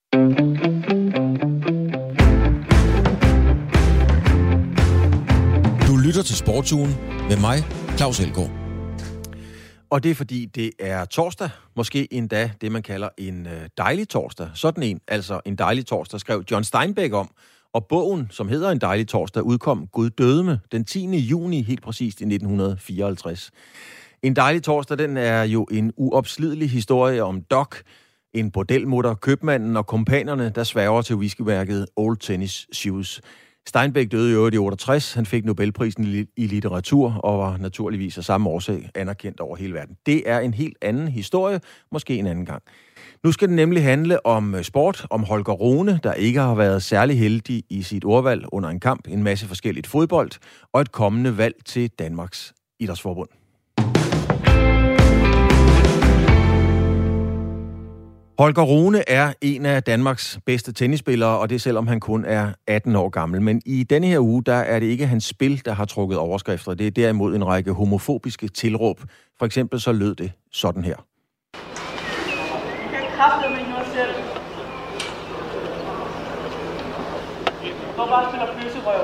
Du lytter til Sportsugen med mig, Claus Elgaard. Og det er fordi, det er torsdag, måske endda det, man kalder en dejlig torsdag. Sådan en, altså en dejlig torsdag, skrev John Steinbeck om. Og bogen, som hedder En dejlig torsdag, udkom Gud døde med den 10. juni, helt præcist i 1954. En dejlig torsdag, den er jo en uopslidelig historie om Doc, en bordelmutter, købmanden og kompanerne, der sværger til whiskymærket Old Tennis Shoes. Steinbeck døde i øvrigt i 68. Han fik Nobelprisen i litteratur og var naturligvis af samme årsag anerkendt over hele verden. Det er en helt anden historie, måske en anden gang. Nu skal den nemlig handle om sport, om Holger Rune, der ikke har været særlig heldig i sit ordvalg under en kamp, en masse forskelligt fodbold og et kommende valg til Danmarks Idrætsforbund. Holger Rune er en af Danmarks bedste tennisspillere, og det selvom han kun er 18 år gammel. Men i denne her uge, der er det ikke hans spil, der har trukket overskrifter. Det er derimod en række homofobiske tilråb. For eksempel så lød det sådan her. Jeg kan kraftedeme ikke noget selv. Du går bare og spiller bøsserøv.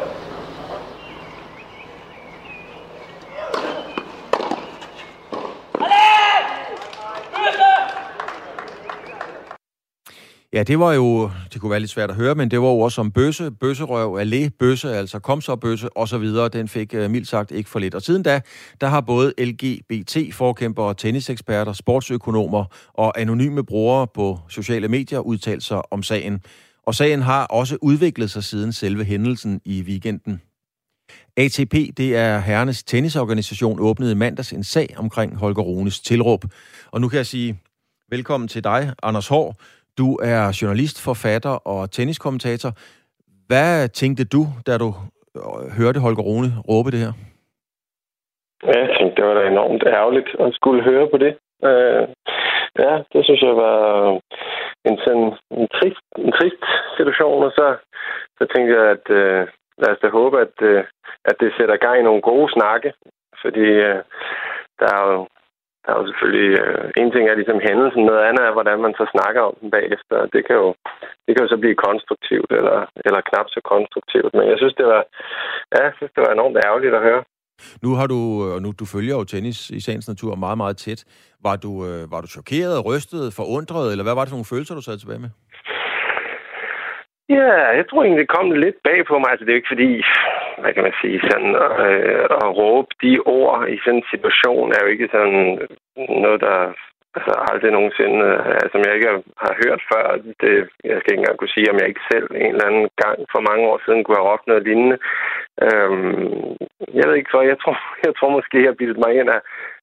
Ja, det var jo, det kunne være lidt svært at høre, men det var jo også om bøsse, bøsserøv, allé, bøsse, altså kom så bøsse, og så videre. Den fik mildt sagt ikke for lidt. Og siden da, der har både LGBT-forkæmpere, tenniseksperter, sportsøkonomer og anonyme brugere på sociale medier udtalt sig om sagen. Og sagen har også udviklet sig siden selve hændelsen i weekenden. ATP, det er herrenes tennisorganisation, åbnede i mandags en sag omkring Holger Runes tilråb. Og nu kan jeg sige velkommen til dig, Anders Haahr. Du er journalist, forfatter og tenniskommentator. Hvad tænkte du, da du hørte Holger Rune råbe det her? Ja, jeg tænkte, det var da enormt ærgerligt at skulle høre på det. Ja, det synes jeg var en trist situation, og så tænkte jeg, at lad os da håbe, at det sætter gang i nogle gode snakke, fordi der er jo selvfølgelig en ting er ligesom hændelsen, noget andet er, hvordan man så snakker om den bagefter. Det kan jo så blive konstruktivt eller knap så konstruktivt. Men jeg synes, det var enormt ærgerligt at høre. Du følger jo tennis i sagens natur meget, meget tæt. Var du chokeret, rystet, forundret, eller hvad var det for nogle følelser, du sad tilbage med? Ja, jeg tror egentlig, det kom lidt bag på mig. Altså, det er jo ikke fordi, hvad kan man sige, sådan at råbe de ord i sådan en situation er jo ikke sådan noget, der aldrig nogensinde, som jeg ikke har hørt før. Jeg skal ikke engang kunne sige, om jeg ikke selv en eller anden gang for mange år siden kunne have råbt noget lignende. Jeg ved ikke, for jeg tror måske, jeg bildte mig ind af,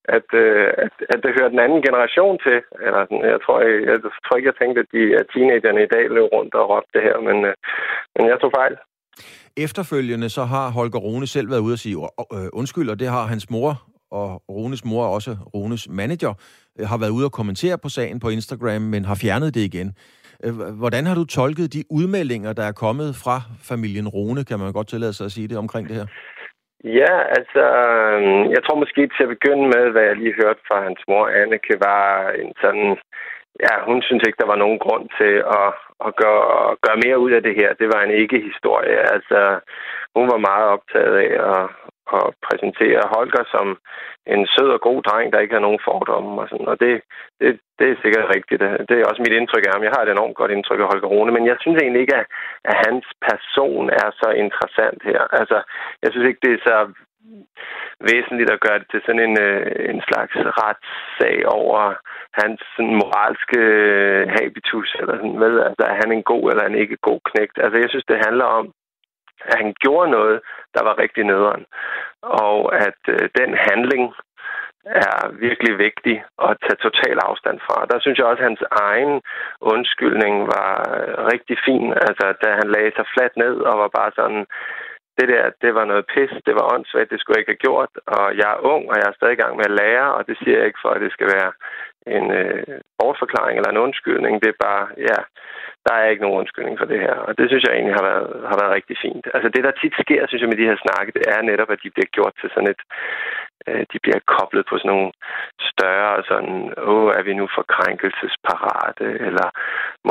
at det hører den anden generation til. Eller sådan, jeg tror ikke, jeg tænkte, at teenagerne i dag løb rundt og råbte det her, men jeg tog fejl. Efterfølgende så har Holger Rune selv været ude at sige undskyld, og det har hans mor, og Runes mor, også Runes manager, har været ude at kommentere på sagen på Instagram, men har fjernet det igen. Hvordan har du tolket de udmeldinger, der er kommet fra familien Rune, kan man godt tillade sig at sige det omkring det her? Ja, altså, jeg tror måske til at begynde med, hvad jeg lige hørte fra hans mor, Anneke, var en sådan, ja, hun synes ikke, der var nogen grund til at gøre mere ud af det her. Det var en ikke-historie. Altså, hun var meget optaget af at præsentere Holger som en sød og god dreng, der ikke har nogen fordomme og sådan. Og det er sikkert rigtigt. Det er også mit indtryk af ham. Jeg har et enormt godt indtryk af Holger Rune, men jeg synes egentlig ikke, at hans person er så interessant her. Altså, jeg synes ikke, det er så væsentligt at gøre det til sådan en slags retssag over hans sådan moralske habitus, eller sådan, med, altså, er han en god eller en ikke god knægt. Altså, jeg synes, det handler om, at han gjorde noget, der var rigtig nederen. Og at den handling er virkelig vigtig at tage total afstand fra. Der synes jeg også, at hans egen undskyldning var rigtig fin. Altså, da han lagde sig fladt ned og var bare sådan, det var noget pis, det var åndssvagt, det skulle jeg ikke have gjort, og jeg er ung, og jeg er stadig i gang med at lære, og det siger jeg ikke for, at det skal være en bortforklaring eller en undskyldning. Det er bare, ja, der er ikke nogen undskyldning for det her, og det synes jeg egentlig har været rigtig fint. Altså det, der tit sker, synes jeg, med de her snakke, det er netop, at de bliver gjort til sådan et, de bliver koblet på sådan nogle større, sådan, er vi nu for krænkelsesparate, eller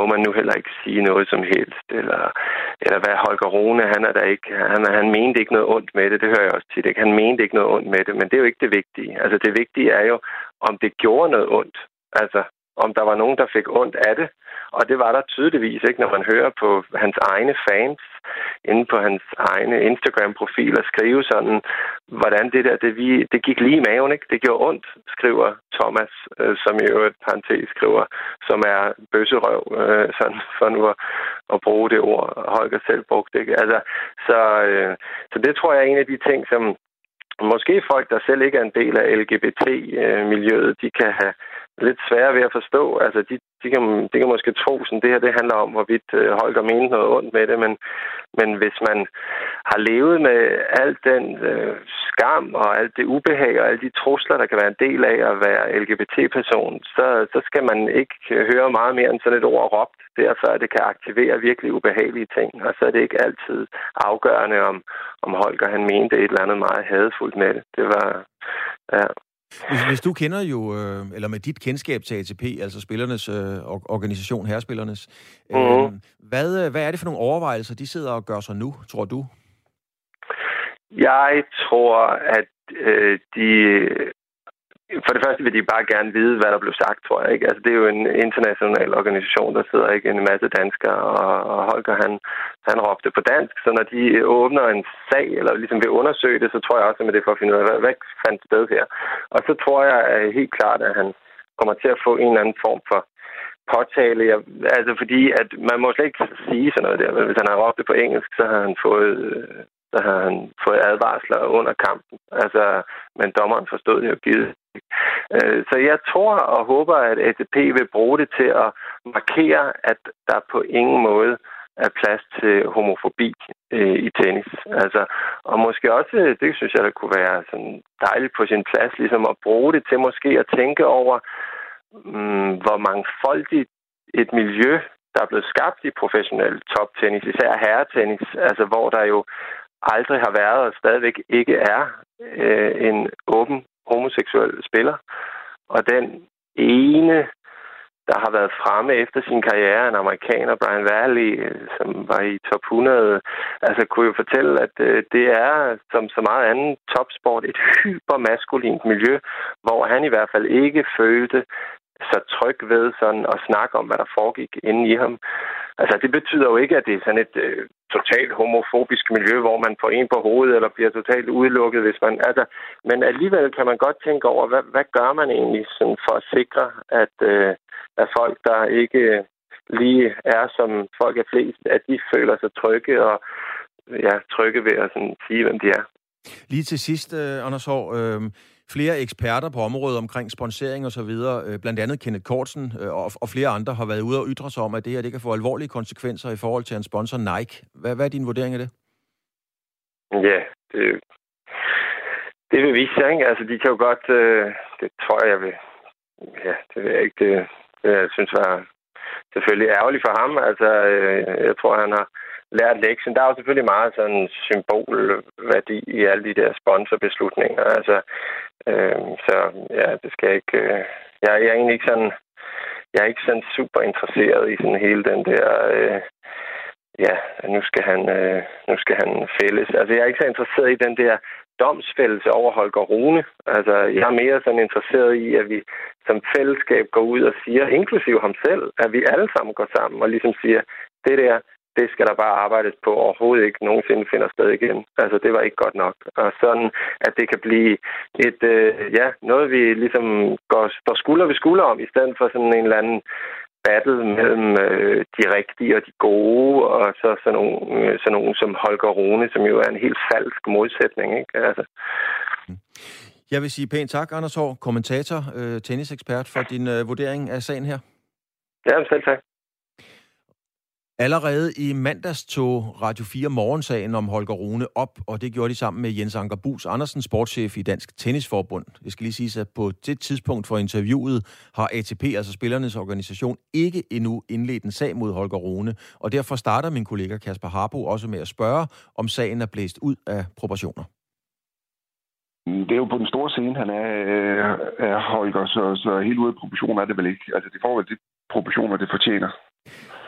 må man nu heller ikke sige noget som helst, eller hvad Holger Rune, han mente ikke noget ondt med det, det hører jeg også tit, ikke? Han mente ikke noget ondt med det, men det er jo ikke det vigtige. Altså det vigtige er jo, om det gjorde noget ondt, altså om der var nogen, der fik ondt af det, og det var der tydeligvis ikke, når man hører på hans egne fans inde på hans egne Instagram-profil og skrive sådan, hvordan det gik lige i maven, ikke? Det gjorde ondt, skriver Thomas, som i øvrigt parentes skriver, som er bøsserøv, sådan for nu at bruge det ord, Holger selv brugte, ikke? Altså, så det tror jeg er en af de ting, som måske folk, der selv ikke er en del af LGBT-miljøet, de kan have lidt svære ved at forstå. Altså, de kan måske tro, at det her det handler om, hvorvidt Holger mente noget ondt med det, men hvis man har levet med al den skam og alt det ubehag og alle de trusler, der kan være en del af at være LGBT-person, så skal man ikke høre meget mere end sådan et ord råbt. Derfor det kan aktivere virkelig ubehagelige ting, og så er det ikke altid afgørende, om Holger han mente et eller andet meget hadefuldt med det. Det var, ja. Hvis du kender jo, eller med dit kendskab til ATP, altså spillernes organisation, herrespillernes, hvad er det for nogle overvejelser, de sidder og gør sig nu, tror du? Jeg tror, at for det første vil de bare gerne vide, hvad der blev sagt, tror jeg, ikke? Altså, det er jo en international organisation, der sidder ikke en masse danskere, og Holger, han råbte på dansk, så når de åbner en sag, eller ligesom vil undersøge det, så tror jeg også, at det er for at finde ud af, hvad fandt sted her. Og så tror jeg helt klart, at han kommer til at få en eller anden form for påtale. Altså, fordi at man må slet ikke sige sådan noget der. Hvis han har råbt det på engelsk, så har han fået advarsler under kampen. Altså, men dommeren forstod det jo givet. Så jeg tror og håber, at ATP vil bruge det til at markere, at der på ingen måde er plads til homofobi i tennis. Altså, og måske også, det synes jeg, der kunne være sådan dejligt på sin plads, ligesom at bruge det til måske at tænke over, hvor mangfoldigt et miljø, der er blevet skabt i professionel toptennis, især herretennis, altså hvor der jo aldrig har været og stadigvæk ikke er en åben homoseksuel spiller. Og den ene, der har været fremme efter sin karriere, en amerikaner, Brian Valley, som var i top 100, altså kunne jo fortælle, at det er, som så meget anden topsport, et hypermaskulint miljø, hvor han i hvert fald ikke følte så tryg ved sådan at snakke om, hvad der foregik inde i ham. Altså, det betyder jo ikke, at det er sådan et totalt homofobisk miljø, hvor man får en på hovedet eller bliver totalt udelukket, hvis man... Altså, men alligevel kan man godt tænke over, hvad gør man egentlig sådan for at sikre, at folk, der ikke lige er, som folk er flest, at de føler sig trygge og trygge ved at sådan sige, hvem de er. Lige til sidst, Anders Haahr, flere eksperter på området omkring sponsering og så videre, blandt andet Kenneth Kortsen og flere andre, har været ude og ytre sig om, at det kan få alvorlige konsekvenser i forhold til en sponsor Nike. Hvad er din vurdering af det? Ja, det vil vise sig, ikke? Altså, de kan jo godt... det tror jeg vil... Ja, det vil jeg ikke... Det jeg synes var selvfølgelig ærgerligt for ham. Altså, jeg tror, han har lært lektionen. Der er jo selvfølgelig meget sådan symbolværdi i alle de der sponsorbeslutninger. Altså, så ja, det skal jeg ikke... Jeg er egentlig ikke sådan... Jeg er ikke sådan super interesseret i sådan hele den der... nu skal han fælles. Altså, jeg er ikke så interesseret i den der domsfældelse over Holger Rune. Altså, jeg er mere sådan interesseret i, at vi som fællesskab går ud og siger, inklusive ham selv, at vi alle sammen går sammen og ligesom siger, det skal der bare arbejdes på, overhovedet ikke nogensinde finder sted igen. Altså, det var ikke godt nok. Og sådan, at det kan blive noget vi ligesom står skulder ved skulder om, i stedet for sådan en eller anden battle mellem de rigtige og de gode, og så sådan nogen som Holger Rune, som jo er en helt falsk modsætning, ikke? Altså. Jeg vil sige pænt tak, Anders Haahr, kommentator, tennisekspert, for din vurdering af sagen her. Ja, selv tak. Allerede i mandags tog Radio 4 morgensagen om Holger Rune op, og det gjorde de sammen med Jens Anker Buus Andersen, sportschef i Dansk Tennisforbund. Det skal lige siges, at på det tidspunkt for interviewet har ATP, altså spillernes organisation, ikke endnu indledt en sag mod Holger Rune, og derfor starter min kollega Kasper Harbo også med at spørge, om sagen er blæst ud af proportioner. Det er jo på den store scene, han er Holger, så helt ude af proportioner er det vel ikke. Altså, det får vel de proportioner, det fortjener.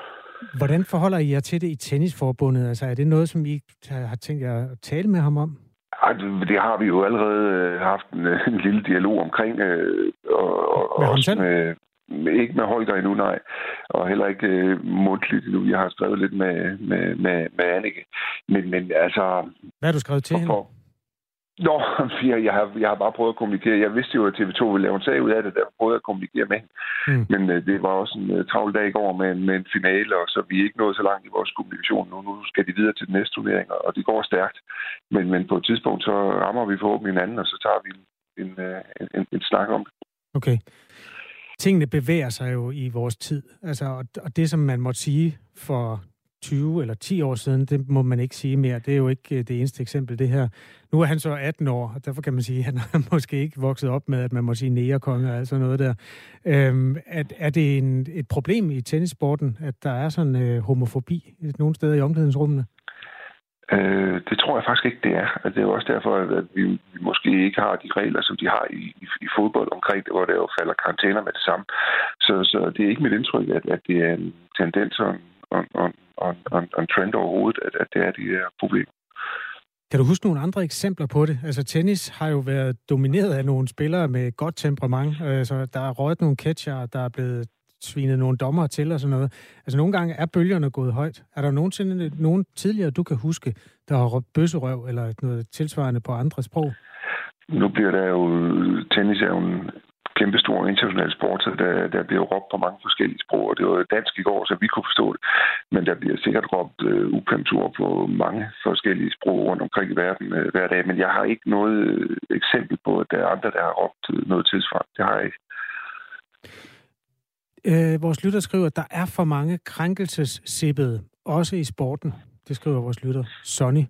Hvordan forholder I jer til det i tennisforbundet? Altså, er det noget, som I har tænkt jer at tale med ham om? Det har vi jo allerede haft en lille dialog omkring. Og med ham selv? Ikke med Holger endnu, nej. Og heller ikke mundtligt endnu. Jeg har skrevet lidt med Annike. Men altså... Hvad har du skrevet til hende? Nå, jeg har bare prøvet at kommunikere. Jeg vidste jo, at TV2 ville lave en sag ud af det, der prøvede at kommunikere med hende. Men det var også en travl dag i går med en finale, og så vi er ikke nået så langt i vores kommunikation nu. Nu skal de videre til den næste turnering, og det går stærkt. Men på et tidspunkt, så rammer vi forhåbentlig hinanden, og så tager vi en snak om det. Okay. Tingene bevæger sig jo i vores tid. Altså, og det, som man måtte sige for 20 eller 10 år siden, det må man ikke sige mere. Det er jo ikke det eneste eksempel, det her. Nu er han så 18 år, og derfor kan man sige, at han har måske ikke vokset op med, at man må sige negerkonge og alt sådan noget der. Er det et problem i tennissporten, at der er sådan homofobi nogle steder i omklædningsrummene? Det tror jeg faktisk ikke, det er. Altså, det er jo også derfor, at vi måske ikke har de regler, som de har i fodbold omkring det, hvor der jo falder karantæner med det samme. Så det er ikke mit indtryk, at det er en tendens og en trend overhovedet, at det er de her problemer. Kan du huske nogle andre eksempler på det? Altså, tennis har jo været domineret af nogle spillere med godt temperament. Altså, der er røget nogle catcher, der er blevet svinet nogle dommer til og sådan noget. Altså, nogle gange er bølgerne gået højt. Er der nogensinde nogen tidligere, du kan huske, der har råbt bøsserøv eller noget tilsvarende på andre sprog? Nu bliver der jo... Tennis er jo en kæmpestor international sport, så der bliver råbt på mange forskellige sprog, og det var dansk i går, så vi kunne forstå det. Men der bliver sikkert råbt upænt på mange forskellige sprog rundt omkring i verden hver dag. Men jeg har ikke noget eksempel på, at der er andre, der har råbt noget tilsvarende. Det har jeg ikke. Vores lytter skriver, at der er for mange krænkelsessippede, også i sporten. Det skriver vores lytter, Sonny.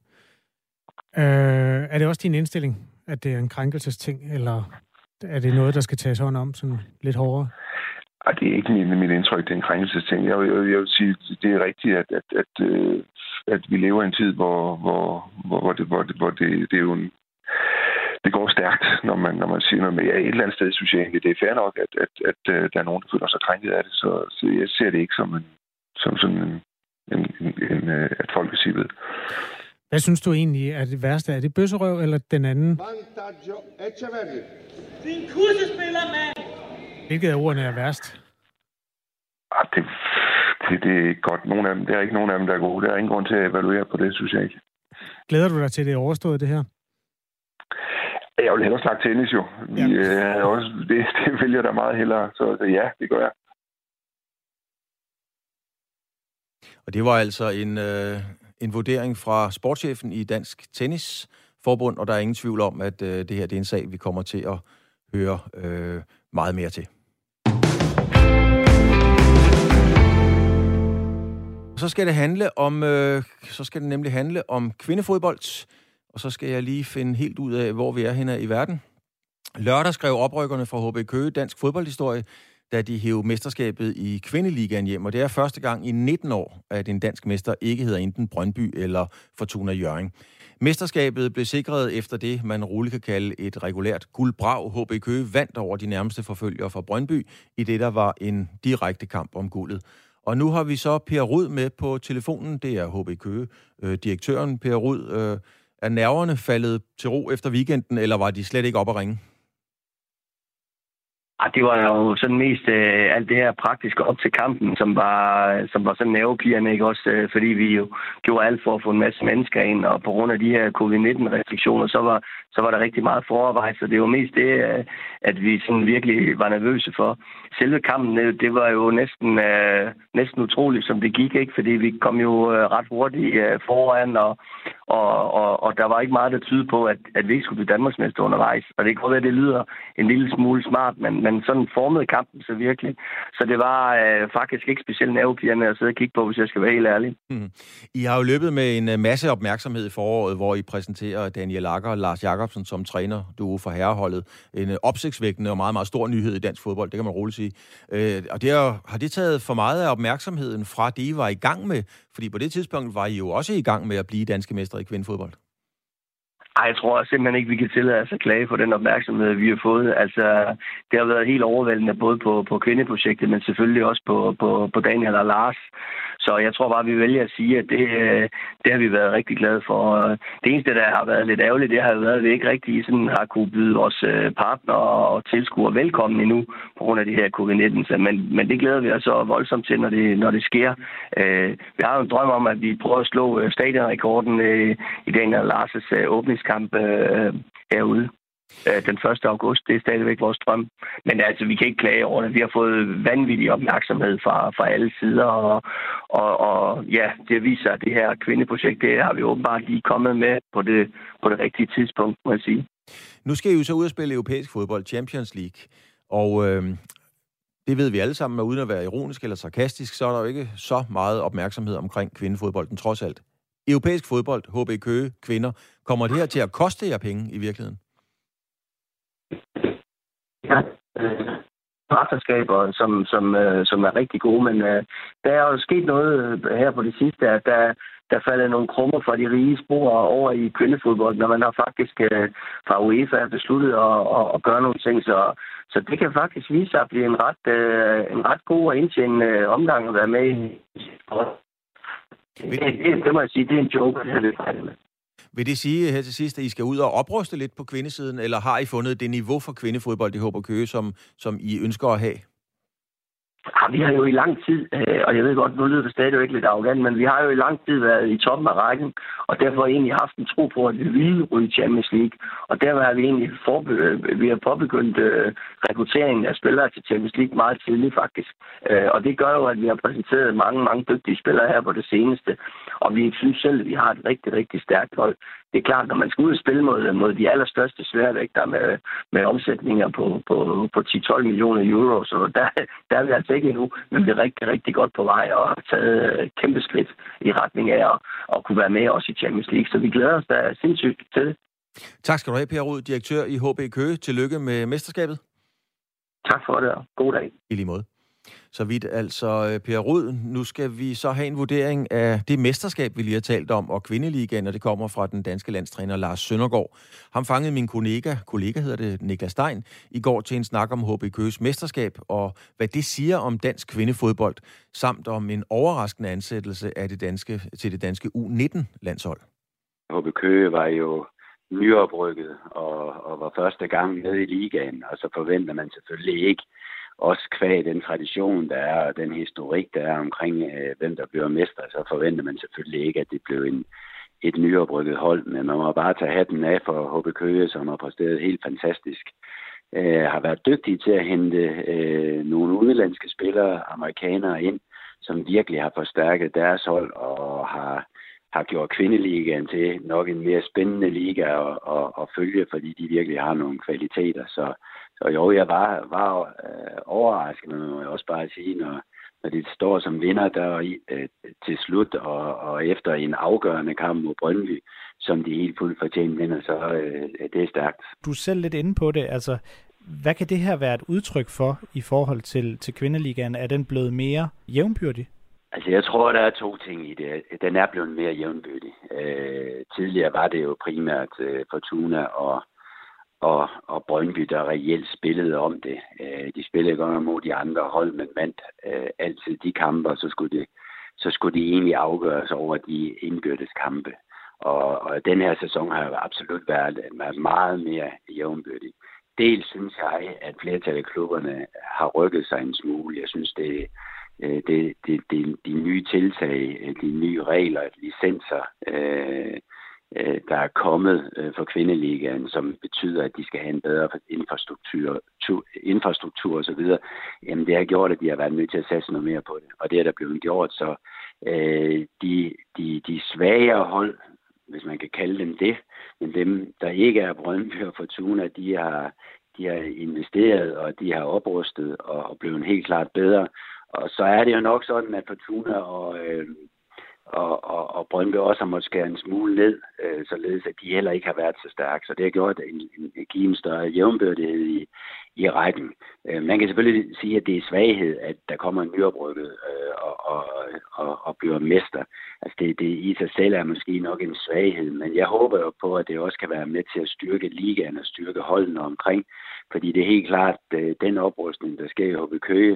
Er det også din indstilling, at det er en krænkelsesting, eller er det noget, der skal tages hånd om sådan lidt hårdere? Det er ikke mit indtryk, det er en krænkelsesting. Jeg vil sige, det er rigtigt, at vi lever i en tid, hvor det er jo en... Det går stærkt, når man siger noget, men et eller andet sted synes jeg egentlig, det er fair nok, at der er nogen, der føler sig krænket af det, så jeg ser det ikke som sådan at folk vil sige ved. Hvad synes du egentlig er det værste? Er det bøsserøv eller den anden? Din kussespiller, mand! Hvilket af ordene er værst? Det er ikke godt. Der er ikke nogen af dem, der er gode. Der er ingen grund til at evaluere på det, synes jeg ikke. Glæder du dig til, det overstået, det her? Jeg vil hellere snakke tennis, jo. Det vælger jeg da meget hellere. Så ja, det gør jeg. Og det var altså en vurdering fra sportschefen i Dansk Tennisforbund, og der er ingen tvivl om, at det her det er en sag, vi kommer til at høre meget mere til. Så skal det nemlig handle om kvindefodbold, og så skal jeg lige finde helt ud af, hvor vi er henne i verden. Lørdag skrev oprykkerne fra HB Køge dansk fodboldhistorie, da de hævde mesterskabet i kvindeligaen hjem, og det er første gang i 19 år, at en dansk mester ikke hedder enten Brøndby eller Fortuna Hjørring. Mesterskabet blev sikret efter det, man roligt kan kalde et regulært guldbrag. HB Køge vandt over de nærmeste forfølgere fra Brøndby, i det der var en direkte kamp om guldet. Og nu har vi så Per Rud med på telefonen. Det er HB Køge, direktøren. Per Rud, er nerverne faldet til ro efter weekenden, eller var de slet ikke op at ringe? Det var jo sådan mest alt det her praktiske op til kampen, som var sådan nervepirrende, ikke også? Fordi vi jo gjorde alt for at få en masse mennesker ind, og på grund af de her covid-19-restriktioner, så var der rigtig meget forarbejde, så det var mest det, at vi sådan virkelig var nervøse for. Selve kampen, det var jo næsten utroligt, som det gik, ikke? Fordi vi kom jo ret hurtigt foran, og der var ikke meget, der tyder på, at vi ikke skulle blive Danmarksmester undervejs. Og det kan godt være, at det lyder en lille smule smart, men sådan formede kampen så virkelig. Så det var faktisk ikke specielt nervepirrende at sidde og kigge på, hvis jeg skal være helt ærlig. I har jo løbet med en masse opmærksomhed i foråret, hvor I præsenterer Daniel Agger og Lars Jacobsen som træner, du for herreholdet. En opsigtsvækkende og meget, meget stor nyhed i dansk fodbold, det kan man roligt sige. Og har det taget for meget af opmærksomheden fra det, I var i gang med? Fordi på det tidspunkt var I jo også i gang med at blive danske mestre i kvindefodbold. Jeg tror simpelthen ikke, vi kan tillade os at klage på den opmærksomhed, vi har fået. Altså, det har været helt overvældende, både på kvindeprojektet, men selvfølgelig også på Daniel og Lars, Så jeg tror bare, vi vælger at sige, at det har vi været rigtig glade for. Det eneste, der har været lidt ærgerligt, det har været, at vi ikke rigtig sådan har kunne byde vores partner og tilskuere velkommen endnu på grund af det her covid-19. Men det glæder vi os så voldsomt til, når det sker. Vi har jo en drøm om, at vi prøver at slå stadionrekorden i Daniel Lars' åbningskamp herude. Den 1. august, det er stadigvæk vores drøm. Men altså, vi kan ikke klage over det. Vi har fået vanvittig opmærksomhed fra alle sider, og ja, det viser, at det her kvindeprojekt, det har vi åbenbart lige kommet med på det rigtige tidspunkt, må jeg sige. Nu skal I jo så ud og spille europæisk fodbold, Champions League, og det ved vi alle sammen, og uden at være ironisk eller sarkastisk, så er der jo ikke så meget opmærksomhed omkring kvindefodbolden, trods alt. Europæisk fodbold, HB Køge, kvinder, kommer det her til at koste jer penge i virkeligheden? Ja, partnerskaber, som er rigtig gode, men der er jo sket noget her på det sidste, at der falder nogle krummer fra de rige spor over i kvindefodbold, når man har faktisk fra UEFA besluttet at gøre nogle ting, så det kan faktisk vise sig at blive en ret god og indtjenende omgang at være med i. Det må jeg sige, det er en joke, det her vi fejler med. Vil det sige her til sidst, at I skal ud og opruste lidt på kvindesiden, eller har I fundet det niveau for kvindefodbold i HB Køge, som I ønsker at have? Ja, vi har jo i lang tid, og jeg ved godt, nu lyder det stadigvæk lidt arrogant, men vi har jo i lang tid været i toppen af rækken, og derfor egentlig haft en tro på, at vi ville ryge Champions League. Og dermed har vi egentlig vi har påbegyndt rekrutteringen af spillere til Champions League meget tidligt faktisk. Og det gør jo, at vi har præsenteret mange dygtige spillere her på det seneste, og vi synes selv, at vi har et rigtig, rigtig stærkt hold. Det er klart, når man skal ud og spille mod de allerstørste sværvægtere med omsætninger på 10-12 millioner euro, så der er vi altså ikke endnu, men vi er rigtig, rigtig godt på vej og har taget kæmpe skridt i retning af at kunne være med også i Champions League, så vi glæder os da sindssygt til det. Tak skal du have, Per Rud, direktør i HB Køge. Tillykke med mesterskabet. Tak for det, og god dag. I lige måde. Så vidt altså Per Rud. Nu skal vi så have en vurdering af det mesterskab, vi lige har talt om, og kvindeligaen, og det kommer fra den danske landstræner Lars Søndergaard. Ham fangede min kollega hedder det, Niklas Stein, i går til en snak om HB Køges mesterskab, og hvad det siger om dansk kvindefodbold, samt om en overraskende ansættelse af til det danske U19-landshold. HB Køge var jo nyoprykket og var første gang med i ligaen, og så forventer man selvfølgelig ikke, også kvæg den tradition, der er, og den historik, der er omkring, hvem der bliver mester, så forventer man selvfølgelig ikke, at det blev et nyoprykket hold. Men man må bare tage hatten af for HB Køge, som har præsteret helt fantastisk. Har været dygtige til at hente nogle udenlandske spillere, amerikanere ind, som virkelig har forstærket deres hold og har gjort kvindeligaen til nok en mere spændende liga at følge, fordi de virkelig har nogle kvaliteter. Så jo, jeg var overrasket, men man må også bare sige, når de står som vinder der til slut, og efter en afgørende kamp mod Brøndby, som de helt fuldt fortjent vinder, så det er stærkt. Du er selv lidt inde på det, altså hvad kan det her være et udtryk for i forhold til kvindeligaen? Er den blevet mere jævnbyrdig? Altså, jeg tror, der er to ting i det. Den er blevet mere jævnbyrdig. Tidligere var det jo primært Fortuna og Brøndby, der reelt spillede om det. De spillede godt mod de andre hold, men vandt altid de kampe, og så skulle de egentlig afgøres over de indbyrdes kampe. Og den her sæson har jo absolut været meget mere jævnbyrdig. Dels synes jeg, at flertallet af klubberne har rykket sig en smule. Jeg synes, de nye tiltag, de nye regler, licenser, der er kommet for kvindeligaen, som betyder, at de skal have en bedre infrastruktur og så videre, jamen det har gjort, at de har været nødt til at satse noget mere på det. Og det er der blevet gjort, så de svagere hold, hvis man kan kalde dem det, men dem, der ikke er Brøndby og Fortuna, de har investeret, og de har oprustet og blevet helt klart bedre. Og så er det jo nok sådan, at Fortuna og Brøndby også har måttet skære en smule ned, således at de heller ikke har været så stærke. Så det har gjort at give en større jævnbyrdighed i rækken. Man kan selvfølgelig sige, at det er svaghed, at der kommer en nyoprykket og bliver mester. Altså det i sig selv er måske nok en svaghed, men jeg håber jo på, at det også kan være med til at styrke ligaen og styrke holdene omkring, fordi det er helt klart, at den oprustning, der sker i HB Køge,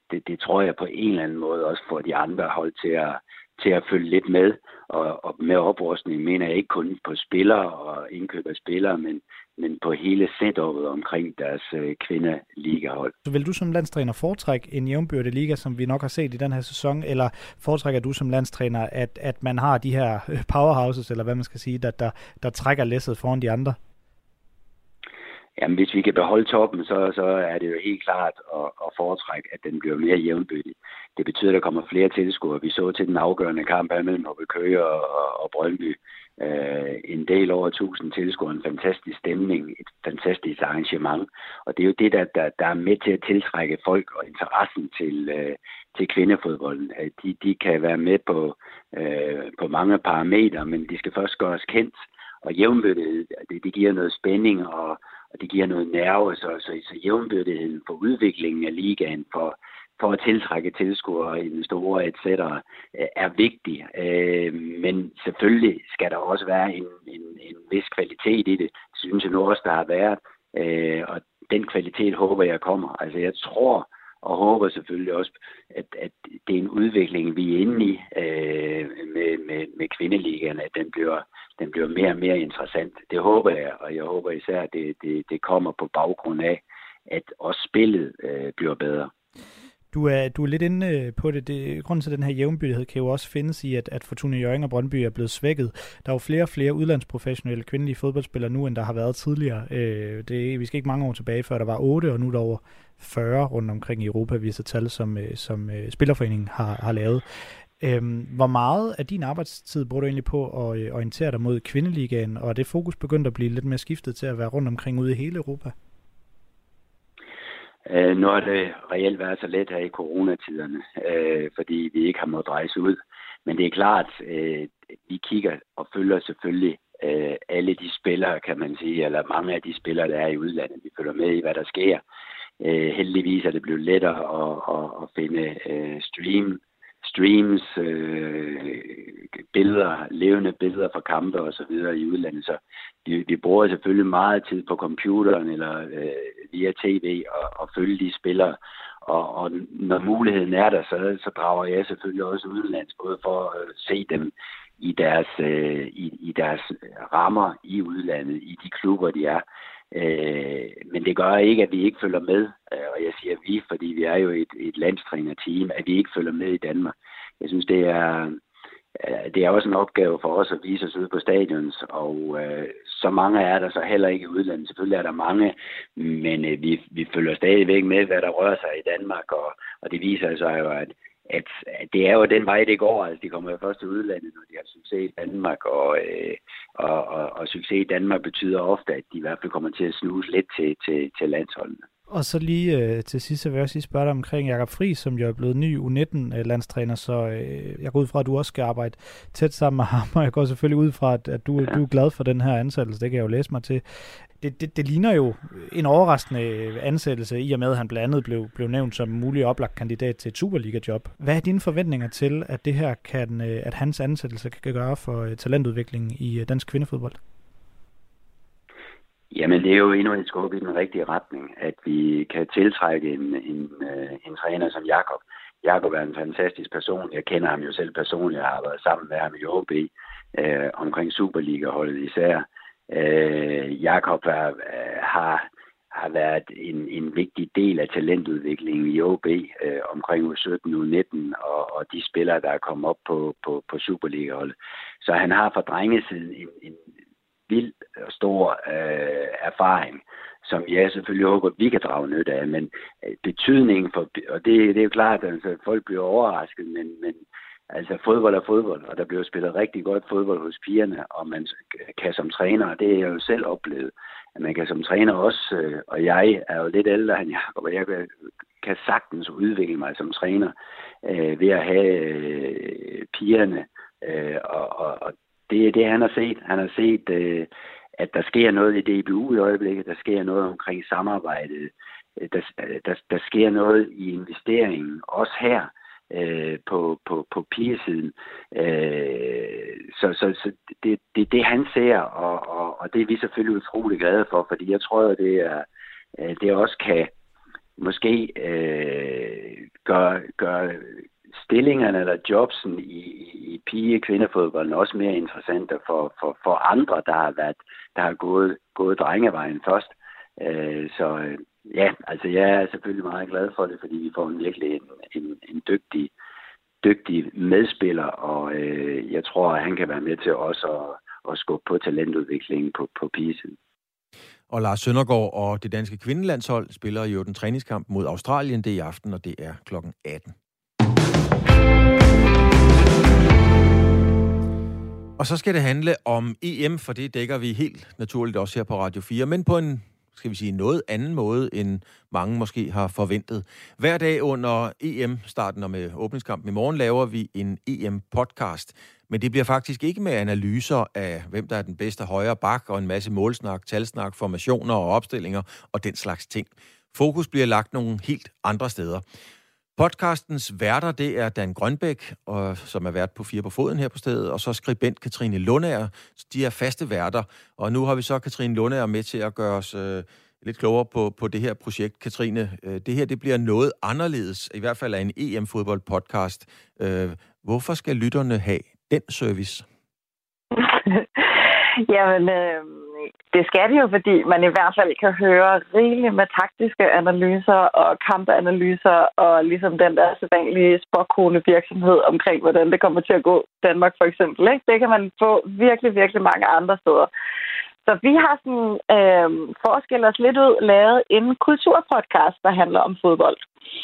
det tror jeg på en eller anden måde også får de andre hold til at følge lidt med. Og med oprustning mener jeg ikke kun på spillere og indkøb af spillere, men på hele setupet omkring deres kvindeligahold. Så vil du som landstræner foretrække en jævnbyrdig liga, som vi nok har set i den her sæson, eller foretrækker du som landstræner, at man har de her powerhouses, eller hvad man skal sige, der trækker læsset foran de andre? Jamen, hvis vi kan beholde toppen, så er det jo helt klart at foretrække, at den bliver mere jævnbyrdig. Det betyder, at der kommer flere tilskuere. Vi så til den afgørende kamp her mellem HB Køge og Brøndby. En del over 1000 tilskuere, en fantastisk stemning, et fantastisk arrangement. Og det er jo det, der er med til at tiltrække folk og interessen til kvindefodbolden. De kan være med på mange parametre, men de skal først gøres kendt. Og jævnbyrdighed, det giver noget spænding, og det giver noget nerve, så jævnbyrdigheden for udviklingen af ligaen, for at tiltrække tilskuere, investorer, etc., er vigtig. Men selvfølgelig skal der også være en vis kvalitet i det. Det synes jeg nu også, der har været. Og den kvalitet håber jeg kommer. Altså jeg tror og håber selvfølgelig også, at det er en udvikling, vi er inde i med kvindeligaen, at den bliver mere og mere interessant. Det håber jeg, og jeg håber især, at det kommer på baggrund af, at også spillet bliver bedre. Du er lidt inde på det. Grunden til den her jævnbyrdighed kan jo også findes i, at Fortuna Hjørring og Brøndby er blevet svækket. Der er jo flere og flere udlandsprofessionelle kvindelige fodboldspillere nu, end der har været tidligere. Vi skal ikke mange år tilbage, før der var 8, og nu er der over 40 rundt omkring i Europa, viser tal, som Spillerforeningen har lavet. Hvor meget af din arbejdstid bruger du egentlig på at orientere dig mod kvindeligaen, og er det fokus begyndt at blive lidt mere skiftet til at være rundt omkring ude i hele Europa? Nu har det reelt været så let her i coronatiderne, fordi vi ikke har måttet rejse ud. Men det er klart, vi kigger og følger selvfølgelig alle de spillere, kan man sige, eller mange af de spillere, der er i udlandet. Vi følger med i, hvad der sker. Heldigvis er det blevet lettere at finde streams, billeder, levende billeder fra kampe og så videre i udlandet. Så vi bruger selvfølgelig meget tid på computeren eller via tv og følge de spillere. Og når muligheden er der, så drager jeg selvfølgelig også udenlands, både for at se dem i deres rammer i udlandet, i de klubber, de er. Men det gør ikke, at vi ikke følger med, og jeg siger vi, fordi vi er jo et landstrænerteam, at vi ikke følger med i Danmark. Jeg synes, det er også en opgave for os at vise os ude på stadions, og så mange er der så heller ikke i udlandet. Selvfølgelig er der mange, men vi følger stadigvæk med, hvad der rører sig i Danmark, og det viser sig jo, at det er jo den vej, det går. Altså, de kommer jo først til udlandet, når de har succes i Danmark, og succes i Danmark betyder ofte, at de i hvert fald kommer til at snuse lidt til landsholdene. Og så lige til sidst, så vil jeg også spørge dig omkring Jakob Friis, som jo er blevet ny U19-landstræner, så jeg går ud fra, at du også skal arbejde tæt sammen med ham, og jeg går selvfølgelig ud fra, at du er glad for den her ansættelse, det kan jeg jo læse mig til. Det ligner jo en overraskende ansættelse, i og med, at han blandt andet blev nævnt som mulig oplagt kandidat til et Superliga-job. Hvad er dine forventninger til, at det her at hans ansættelse kan gøre for talentudviklingen i dansk kvindefodbold? Jamen, det er jo endnu et skub i den rigtige retning, at vi kan tiltrække en træner som Jakob. Jakob er en fantastisk person. Jeg kender ham jo selv personligt. Jeg har været sammen med ham i OB omkring Superliga-holdet især. Jakob har været en vigtig del af talentudviklingen i OB omkring U17, U19 og de spillere, der er kommet op på Superliga-holdet. Så han har fra drengesiden en vild og stor erfaring, som jeg selvfølgelig håber, vi kan drage nytte af, men betydningen for, og det er jo klart, at altså, folk bliver overrasket, men altså fodbold er fodbold, og der bliver spillet rigtig godt fodbold hos pigerne, og man kan som træner, og det er jeg jo selv oplevet, at man kan som træner også, og jeg er jo lidt ældre end Jakob, og jeg kan sagtens udvikle mig som træner ved at have pigerne, og det er det, han har set. Han har set, at der sker noget i DBU i øjeblikket. Der sker noget omkring samarbejdet. Der sker noget i investeringen, også her på pigesiden. Så det er det, han ser, og det er vi selvfølgelig utrolig glade for, fordi jeg tror, at det også måske gør stillingerne eller jobsen i pige-kvindefodbolden også mere interessante for andre, der har gået drengevejen først. Altså jeg er selvfølgelig meget glad for det, fordi vi får virkelig en dygtig medspiller, og jeg tror, at han kan være med til også at skubbe på talentudviklingen på pigesiden. Og Lars Søndergaard og det danske kvindelandshold spiller jo den træningskamp mod Australien. Det er i aften, og det er kl. 18. Og så skal det handle om EM, for det dækker vi helt naturligt også her på Radio 4, men på en, skal vi sige, noget anden måde, end mange måske har forventet. Hver dag under EM-starten og med åbningskampen i morgen laver vi en EM-podcast. Men det bliver faktisk ikke med analyser af, hvem der er den bedste højre bak, og en masse målsnak, talsnak, formationer og opstillinger og den slags ting. Fokus bliver lagt nogle helt andre steder. Podcastens værter, det er Dan Grønbæk, som er vært på 4 på foden her på stedet, og så skribent Katrine Lundager. De er faste værter, og nu har vi så Katrine Lundager med til at gøre os lidt klogere på det her projekt. Katrine, det her det bliver noget anderledes, i hvert fald af en EM-fodbold-podcast. Hvorfor skal lytterne have den service? Jamen, det skal det jo, fordi man i hvert fald kan høre rigeligt med taktiske analyser og kampeanalyser og ligesom den der sædvanlige spåkone virksomhed omkring, hvordan det kommer til at gå Danmark for eksempel. Ikke? Det kan man få virkelig, virkelig mange andre steder. Så vi har sådan, for at skille os lidt ud, lavet en kulturpodcast, der handler om fodbold.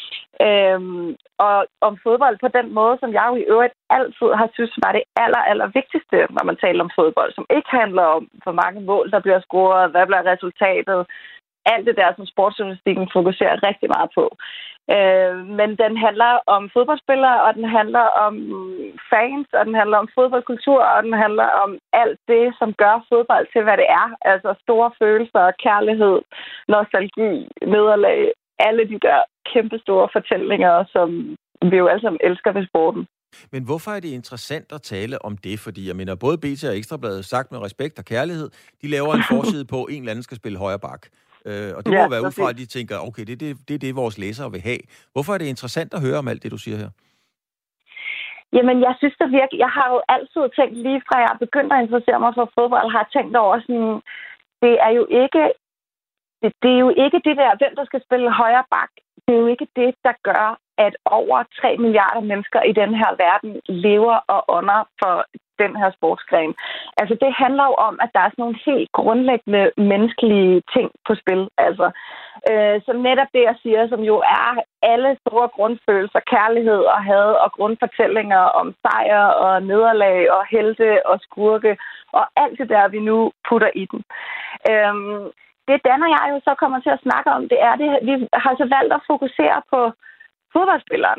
Og om fodbold på den måde, som jeg jo i øvrigt altid har synes var det aller vigtigste, når man taler om fodbold, som ikke handler om, hvor mange mål der bliver scoret, hvad bliver resultatet, alt det der, som sportsjournalistikken fokuserer rigtig meget på. Men den handler om fodboldspillere, og den handler om fans, og den handler om fodboldkultur, og den handler om alt det, som gør fodbold til, hvad det er. Altså store følelser, kærlighed, nostalgi, nederlag, alle de der kæmpe store fortællinger, som vi jo alle sammen elsker ved sporten. Men hvorfor er det interessant at tale om det? Fordi jeg mener, både BT og Ekstrabladet, sagt med respekt og kærlighed, de laver en forside på, en eller anden skal spille højre bak. Og det må være ud fra, at de tænker, okay, det er det, vores læsere vil have. Hvorfor er det interessant at høre om alt det, du siger her? Jamen, jeg synes det virkelig. Jeg har jo altid tænkt, lige fra jeg begyndte at interessere mig for fodbold, har tænkt over sådan, det er jo ikke det der, hvem der skal spille højre bak. Det er jo ikke det, der gør, at over 3 milliarder mennesker i den her verden lever og ånder for den her sportsgren. Altså, det handler jo om, at der er sådan nogle helt grundlæggende menneskelige ting på spil. Altså, som netop det, jeg siger, som jo er alle store grundfølelser, kærlighed og had og grundfortællinger om sejr og nederlag og helte og skurke og alt det der, vi nu putter i den. Det danner jeg jo så kommer til at snakke om, det er det, vi har så valgt at fokusere på fodboldspilleren.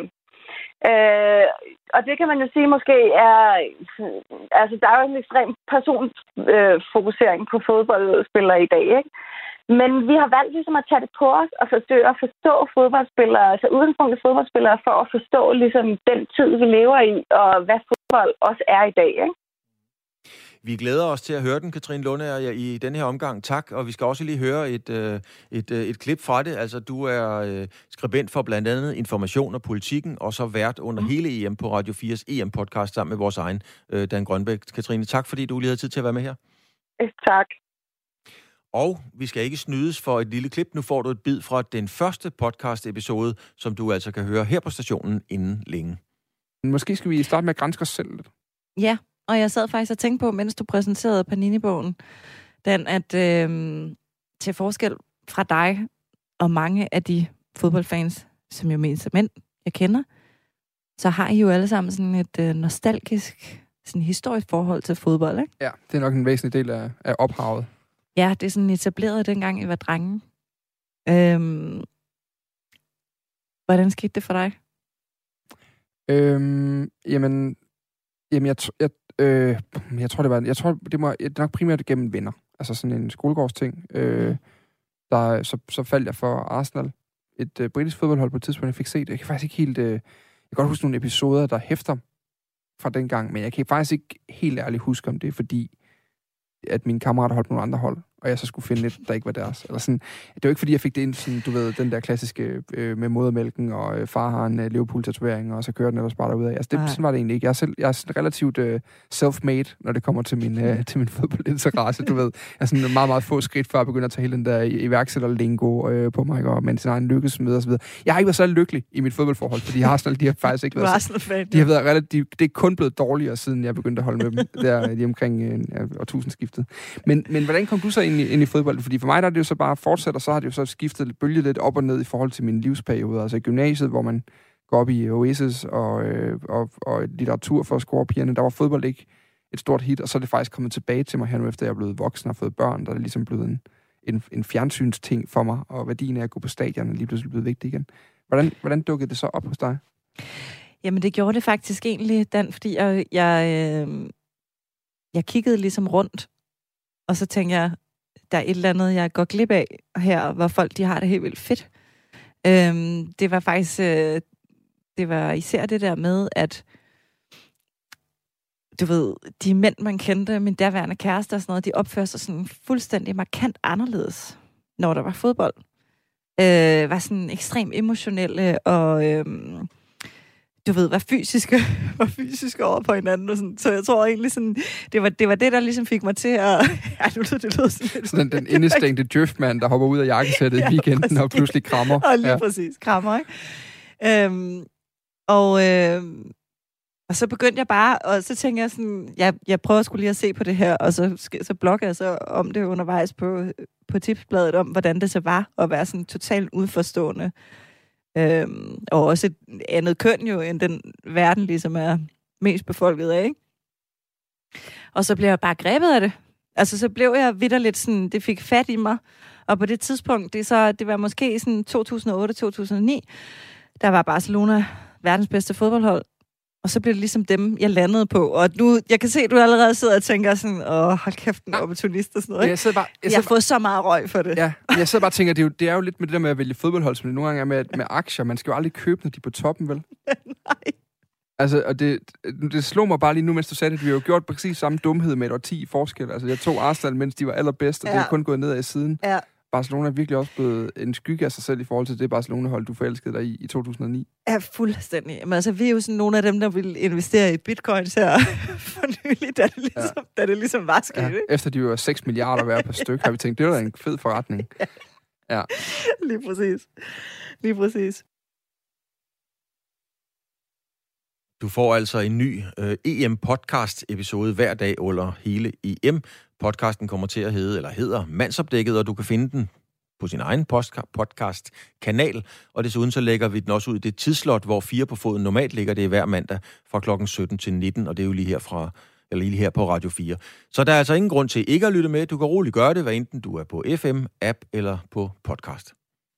Og det kan man jo sige måske er, altså der er jo en ekstrem personfokusering på fodboldspillere i dag, ikke? Men vi har valgt ligesom at tage det på os og forsøge at forstå fodboldspillere, altså udgangspunktet fodboldspillere, for at forstå ligesom den tid, vi lever i, og hvad fodbold også er i dag, ikke? Vi glæder os til at høre den, Katrine Lundager, i denne her omgang. Tak, og vi skal også lige høre et klip fra det. Altså, du er skribent for blandt andet Information og Politikken, og så vært under hele EM på Radio 4's EM-podcast sammen med vores egen Dan Grønbæk. Katrine, tak fordi du lige havde tid til at være med her. Tak. Og vi skal ikke snydes for et lille klip. Nu får du et bid fra den første podcast-episode, som du altså kan høre her på stationen inden længe. Måske skal vi starte med at granske os selv lidt. Ja. Og jeg sad faktisk og tænkte på, mens du præsenterede Panini-bogen, den, at til forskel fra dig og mange af de fodboldfans, som jo mest er mænd, jeg kender, så har I jo alle sammen sådan et nostalgisk, sådan historisk forhold til fodbold, ikke? Ja, det er nok en væsentlig del af ophavet. Ja, det er sådan etableret dengang I var drenge. Hvordan skete det for dig? Jamen, jeg tror det er nok primært gennem venner. Altså sådan en skolegårdsting. Så faldt jeg for Arsenal, et britisk fodboldhold på et tidspunkt, jeg fik set. Jeg kan faktisk ikke helt... jeg kan godt huske nogle episoder, der hæfter fra den gang, men jeg kan faktisk ikke helt ærligt huske om det, fordi at mine kammerater holdt på nogle andre hold. og jeg så skulle finde lidt, der ikke var deres. Eller sådan. Det var ikke, fordi jeg fik det ind, sådan, du ved, den der klassiske med modermælken, og far har en Liverpool-tatovering, og så kører den ellers bare derudad. Altså, sådan var det egentlig ikke. Jeg er sådan relativt self-made, når det kommer til min fodboldinteresse, du ved. Jeg er sådan meget, meget få skridt, før jeg begynder at tage hele den der iværksætterlingo på mig, og med sin egen lykkesmed og så videre. Jeg har ikke været så lykkelig i mit fodboldforhold, fordi Arsenal, de har faktisk ikke været de har været relativt, det er kun blevet dårligere, siden jeg begyndte at holde med dem der lige omkring årtusindskiftet. Men hvordan kom du så ind i fodbold? Fordi for mig der er det jo så bare fortsat, og så har det jo så skiftet bølget lidt op og ned i forhold til min livsperiode. Altså i gymnasiet, hvor man går op i Oasis og litteratur for at score pigerne, der var fodbold ikke et stort hit, og så er det faktisk kommet tilbage til mig her nu, efter jeg er blevet voksen og fået børn, der er ligesom blevet en fjernsynsting for mig, og værdien af at gå på stadion er lige pludselig blevet vigtig igen. Hvordan dukkede det så op hos dig? Jamen, det gjorde det faktisk egentlig, Dan, fordi jeg kiggede ligesom rundt, og så tænkte jeg, der er et eller andet, jeg går glip af her, hvor folk, de har det helt vildt fedt. Det var faktisk, det var især det der med, at du ved, de mænd, man kendte, min derværende kæreste og sådan noget, de opførte sig sådan fuldstændig markant anderledes, når der var fodbold. Var sådan ekstremt emotionelle og du ved, var fysiske over på hinanden. Og sådan. Så jeg tror egentlig sådan, det var det, der ligesom fik mig til at... Ja, det lød sådan lidt... Sådan den indestængte djøftmand, der hopper ud af jakkesættet i weekenden præcis. Og pludselig krammer. Og lige præcis, krammer, ikke? Og så begyndte jeg bare, og så tænkte jeg sådan, jeg prøver skulle lige at se på det her, og så blogger jeg så om det undervejs på tipsbladet, om hvordan det så var at være sådan totalt udforstående. Og også et andet køn jo, end den verden ligesom er mest befolket af, ikke? Og så blev jeg bare grebet af det. Altså, så blev jeg vitterligt sådan, det fik fat i mig. Og på det tidspunkt, det var måske sådan 2008-2009, der var Barcelona verdens bedste fodboldhold. Og så blev det ligesom dem, jeg landede på. Og nu, jeg kan se, at du allerede sidder og tænker sådan, hold kæft, en opportunist og sådan noget. Jeg har fået så meget røg for det. Ja, jeg sidder bare og tænker, det er jo lidt med det der med at vælge fodboldhold, som det nogle gange er med aktier. Man skal jo aldrig købe, når de er på toppen, vel? Nej. Altså, og det slog mig bare lige nu, mens du sagde det, vi har jo gjort præcis samme dumhed med et årti forskel. Altså, jeg tog Arsenal, mens de var allerbedst, og det er kun gået nedad i siden. Ja. Barcelona er virkelig også blevet en skygge af sig selv i forhold til det Barcelona-hold, du forelskede dig i 2009. Ja, fuldstændig. Men altså, vi er jo sådan nogle af dem, der ville investere i bitcoins her for nylig, da det ligesom var sket. Ja. Efter de var 6 milliarder værd per stykke, har vi tænkt, det var da en fed forretning. Ja. Lige præcis. Du får altså en ny EM-podcast-episode hver dag under hele EM. Podcasten kommer til at hedder Mandsopdækket, og du kan finde den på sin egen podcast-kanal. Og desuden så lægger vi den også ud i det tidsslot, hvor 4 på foden normalt ligger det hver mandag fra klokken 17 til 19, og det er jo lige her på Radio 4. Så der er altså ingen grund til ikke at lytte med. Du kan roligt gøre det, hvad enten du er på FM, app eller på podcast.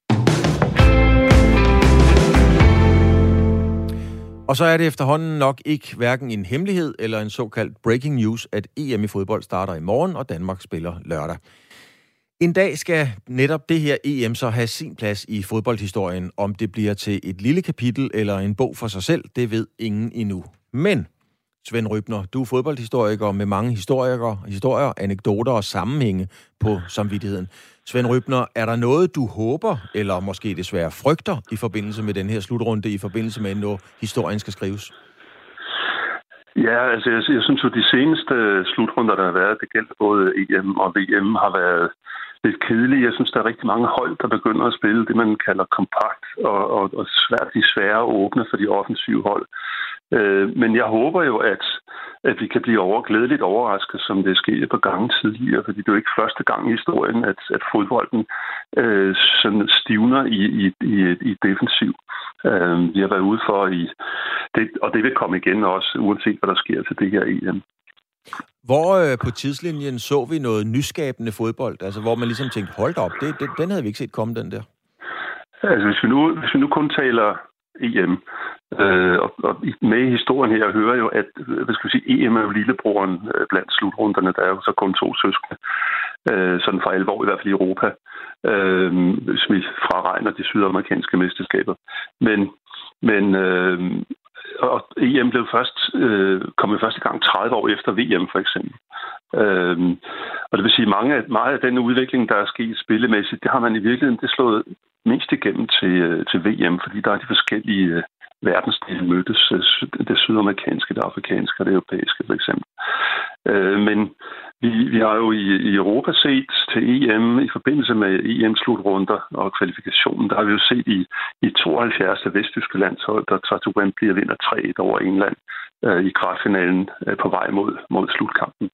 Og så er det efterhånden nok ikke hverken en hemmelighed eller en såkaldt breaking news, at EM i fodbold starter i morgen, og Danmark spiller lørdag. En dag skal netop det her EM så have sin plads i fodboldhistorien. Om det bliver til et lille kapitel eller en bog for sig selv, det ved ingen endnu. Men, Svend Rybner, du er fodboldhistoriker med mange historier, anekdoter og sammenhænge på samvittigheden. Svend Rybner, er der noget, du håber, eller måske desværre frygter, i forbindelse med den her slutrunde, i forbindelse med, når historien skal skrives? Ja, altså jeg synes jo, de seneste slutrunder, der har været, det gælder både EM og VM, har været lidt kedelige. Jeg synes, der er rigtig mange hold, der begynder at spille det, man kalder kompakt og svært de svære at åbne for de offensive hold. Men jeg håber jo, at vi kan blive glædeligt overrasket, som det er sket på gange tidligere, fordi det er jo ikke første gang i historien, at fodbolden sådan stivner i defensiv. Vi har været ude for det, og det vil komme igen også, uanset hvad der sker til det her EM. Hvor på tidslinjen så vi noget nyskabende fodbold, altså hvor man ligesom tænkte, hold da op, den havde vi ikke set komme, den der. Altså hvis vi nu kun taler EM, og med i historien her hører jo, at EM er jo lillebroren blandt slutrunderne. Der er jo så kun 2 søskende, sådan for alvor, i hvert fald i Europa, hvis vi fraregner de sydamerikanske mesterskaber. Men og EM blev kom første gang 30 år efter VM, for eksempel. Og det vil sige, meget af den udvikling, der er sket spillemæssigt, det har man i virkeligheden det slået mest igennem til VM, fordi der er de forskellige verdensdele mødtes, det sydamerikanske, det afrikanske og det europæiske for eksempel. Men vi har jo i Europa set til EM i forbindelse med EM-slutrunder og kvalifikationen, der har vi jo set i 72 af vesttyske landshold, der tager til Wembley og vinder 3-1 over England i kvartfinalen på vej mod slutkampen.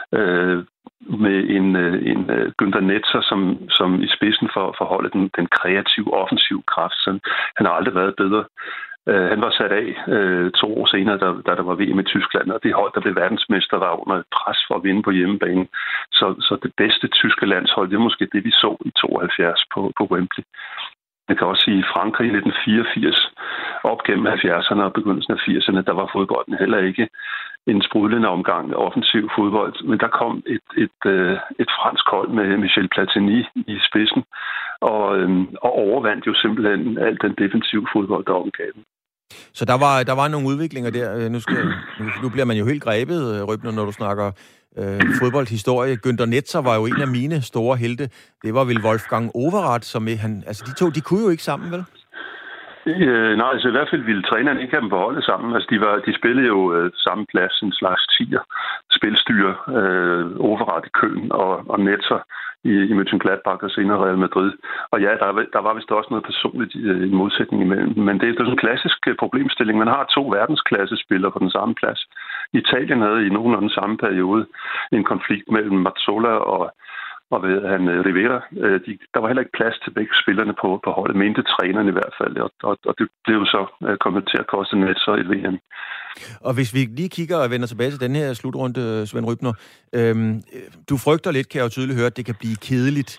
Med en Günther Netzer som i spidsen for holdet den kreative, offensive kraft. Så han har aldrig været bedre. Han var sat af 2 år senere, da der var VM i Tyskland, og det hold, der blev verdensmester, var under et pres for at vinde på hjemmebane. Så det bedste tyske landshold, det er måske det, vi så i 72 på Wembley. Man kan også sige, at i Frankrig i 1984, op gennem 70'erne og begyndelsen af 80'erne, der var fodbolden heller ikke en sprudlende omgang med offensiv fodbold. Men der kom et fransk hold med Michel Platini i spidsen, og overvandt jo simpelthen al den defensive fodbold, der omgav dem. Så der var nogle udviklinger der. Nu bliver man jo helt grebet, Røbner, når du snakker fodboldhistorie. Günther Netzer var jo en af mine store helte. Det var vel Wolfgang Overath, som altså de to, de kunne jo ikke sammen, vel? Nej, altså i hvert fald ville træneren ikke have dem på holdet sammen. Altså de spillede jo samme plads, en slags tier, spilstyre, Overath i Köln og Netzer i Mönchengladbach og senere Real Madrid. Og ja, der var vist også noget personligt i modsætning imellem. Men det er sådan en klassisk problemstilling. Man har 2 verdensklassespillere på den samme plads. Italien havde i nogenlunde samme periode en konflikt mellem Mazzola og Rivera. Der var heller ikke plads til begge spillerne på holdet, mente træneren i hvert fald, og det blev så kommet til at koste Netzer et VM. Og hvis vi lige kigger og vender tilbage til den her slutrunde, Svend Rybner, du frygter lidt, kan jeg jo tydeligt høre, at det kan blive kedeligt.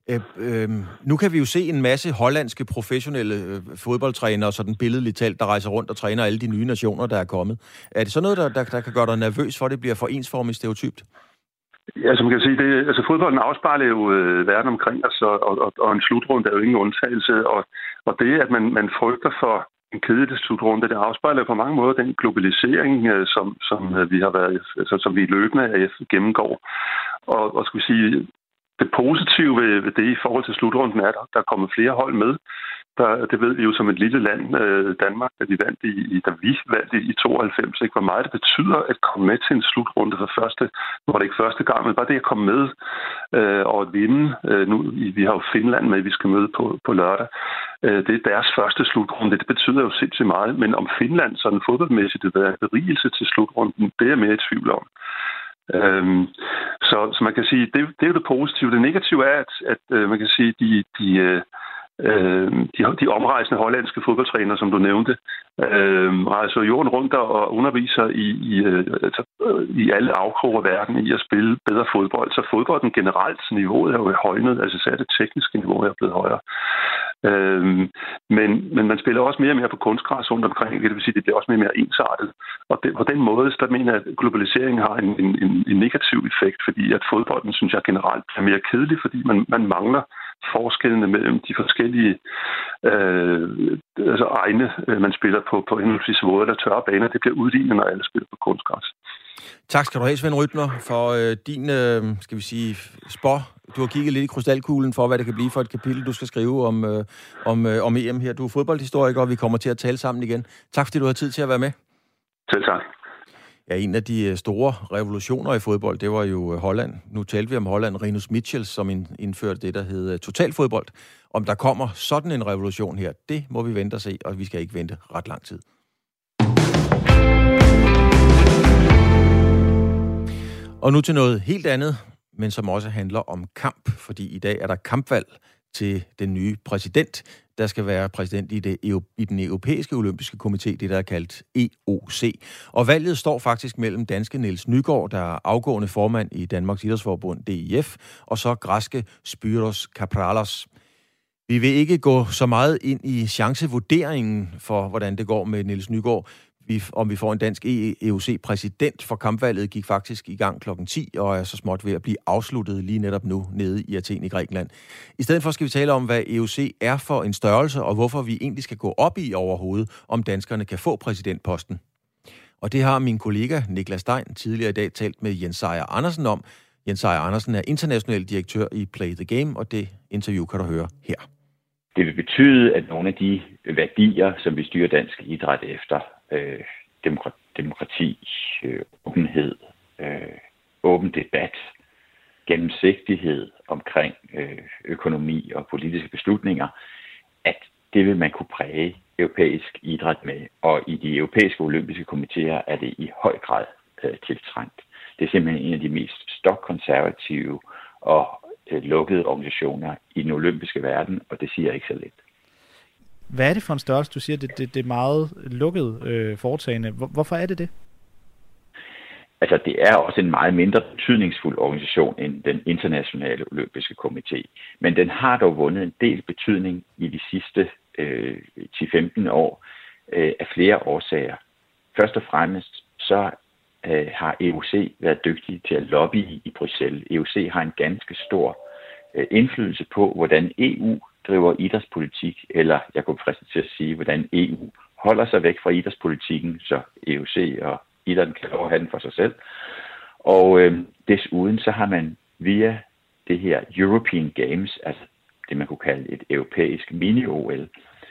Nu kan vi jo se en masse hollandske professionelle fodboldtrænere, sådan billedligt talt, der rejser rundt og træner alle de nye nationer, der er kommet. Er det så noget, der kan gøre dig nervøs for, at det bliver for ensformigt stereotypt? Ja, som man kan sige, fodbolden afspejler jo verden omkring os, og en slutrunde er jo ingen undtagelse, og det, at man frygter for en kedelig slutrunde, det afspejler på mange måder den globalisering, som vi har været, altså, som vi løbende gennemgår. Og skal vi sige, det positive ved det i forhold til slutrunden er, at der er kommet flere hold med. Det ved vi jo som et lille land, Danmark, da vi vandt i 92, ikke? Hvor meget det betyder at komme med til en slutrunde for første, nu var det ikke første gang, men bare det at komme med og at vinde. Vi har jo Finland med, vi skal møde på lørdag. Det er deres første slutrunde, det betyder jo sindssygt meget, men om Finland sådan fodboldmæssigt vil være en berigelse til slutrunden, det er jeg mere i tvivl om. Så man kan sige, det er jo det positive. Det negative er, at man kan sige, de omrejsende hollandske fodboldtrænere, som du nævnte, rejser jorden rundt og underviser i alle afkroge af verden i at spille bedre fodbold. Så fodbolden generelt, niveauet er jo højnet, altså så er det tekniske niveau er blevet højere. Men man spiller også mere og mere på kunstgræs rundt omkring, det vil sige, det bliver også mere og mere ensartet. Og på den måde, så mener jeg, at globaliseringen har en negativ effekt, fordi at fodbolden, synes jeg, generelt er mere kedelig, fordi man mangler forskellene mellem de forskellige egne, man spiller på henholdsvis våde eller tørre baner. Det bliver udlignet, når alle spiller på kunstgræs. Tak skal du have, Svend Rybner, for din, skal vi sige, spår. Du har kigget lidt i krystalkuglen for, hvad det kan blive for et kapitel, du skal skrive om EM her. Du er fodboldhistoriker, og vi kommer til at tale sammen igen. Tak fordi du har tid til at være med. Selv tak. Ja, en af de store revolutioner i fodbold, det var jo Holland. Nu talte vi om Holland. Rinus Michels, som indførte det, der hed totalfodbold. Om der kommer sådan en revolution her, det må vi vente og se, og vi skal ikke vente ret lang tid. Og nu til noget helt andet, men som også handler om kamp, fordi i dag er der kampvalg til den nye præsident, der skal være præsident i den europæiske olympiske komité, det der er kaldt EOC. Og valget står faktisk mellem danske Niels Nygaard, der er afgående formand i Danmarks Idrætsforbund, DIF, og så græske Spyros Kapralos. Vi vil ikke gå så meget ind i chancevurderingen for, hvordan det går med Niels Nygaard, om vi får en dansk EOC-præsident, for kampvalget gik faktisk i gang 10:00 og er så småt ved at blive afsluttet lige netop nu nede i Athen i Grækenland. I stedet for skal vi tale om, hvad EOC er for en størrelse, og hvorfor vi egentlig skal gå op i overhovedet, om danskerne kan få præsidentposten. Og det har min kollega Niklas Stein tidligere i dag talt med Jens Sejer Andersen om. Jens Sejer Andersen er international direktør i Play the Game, og det interview kan du høre her. Det vil betyde, at nogle af de værdier, som vi styrer dansk idræt efter, demokrati, åbenhed, åben debat, gennemsigtighed omkring økonomi og politiske beslutninger, at det vil man kunne præge europæisk idræt med. Og i de europæiske olympiske komiteer er det i høj grad tiltrængt. Det er simpelthen en af de mest stokkonservative og lukkede organisationer i den olympiske verden, og det siger ikke så lidt. Hvad er det for en størrelse? Du siger, det er meget lukket foretagende. Hvorfor er det det? Altså, det er også en meget mindre betydningsfuld organisation end den internationale olympiske komité. Men den har dog vundet en del betydning i de sidste 10-15 år af flere årsager. Først og fremmest så har EOC været dygtige til at lobbye i Bruxelles. EOC har en ganske stor indflydelse på, hvordan EU driver idrætspolitik, eller jeg kunne fristes til at sige, hvordan EU holder sig væk fra idrætspolitikken, så EOC og idrætten kan lov at have den for sig selv. Og desuden så har man via det her European Games, altså det man kunne kalde et europæisk mini-OL,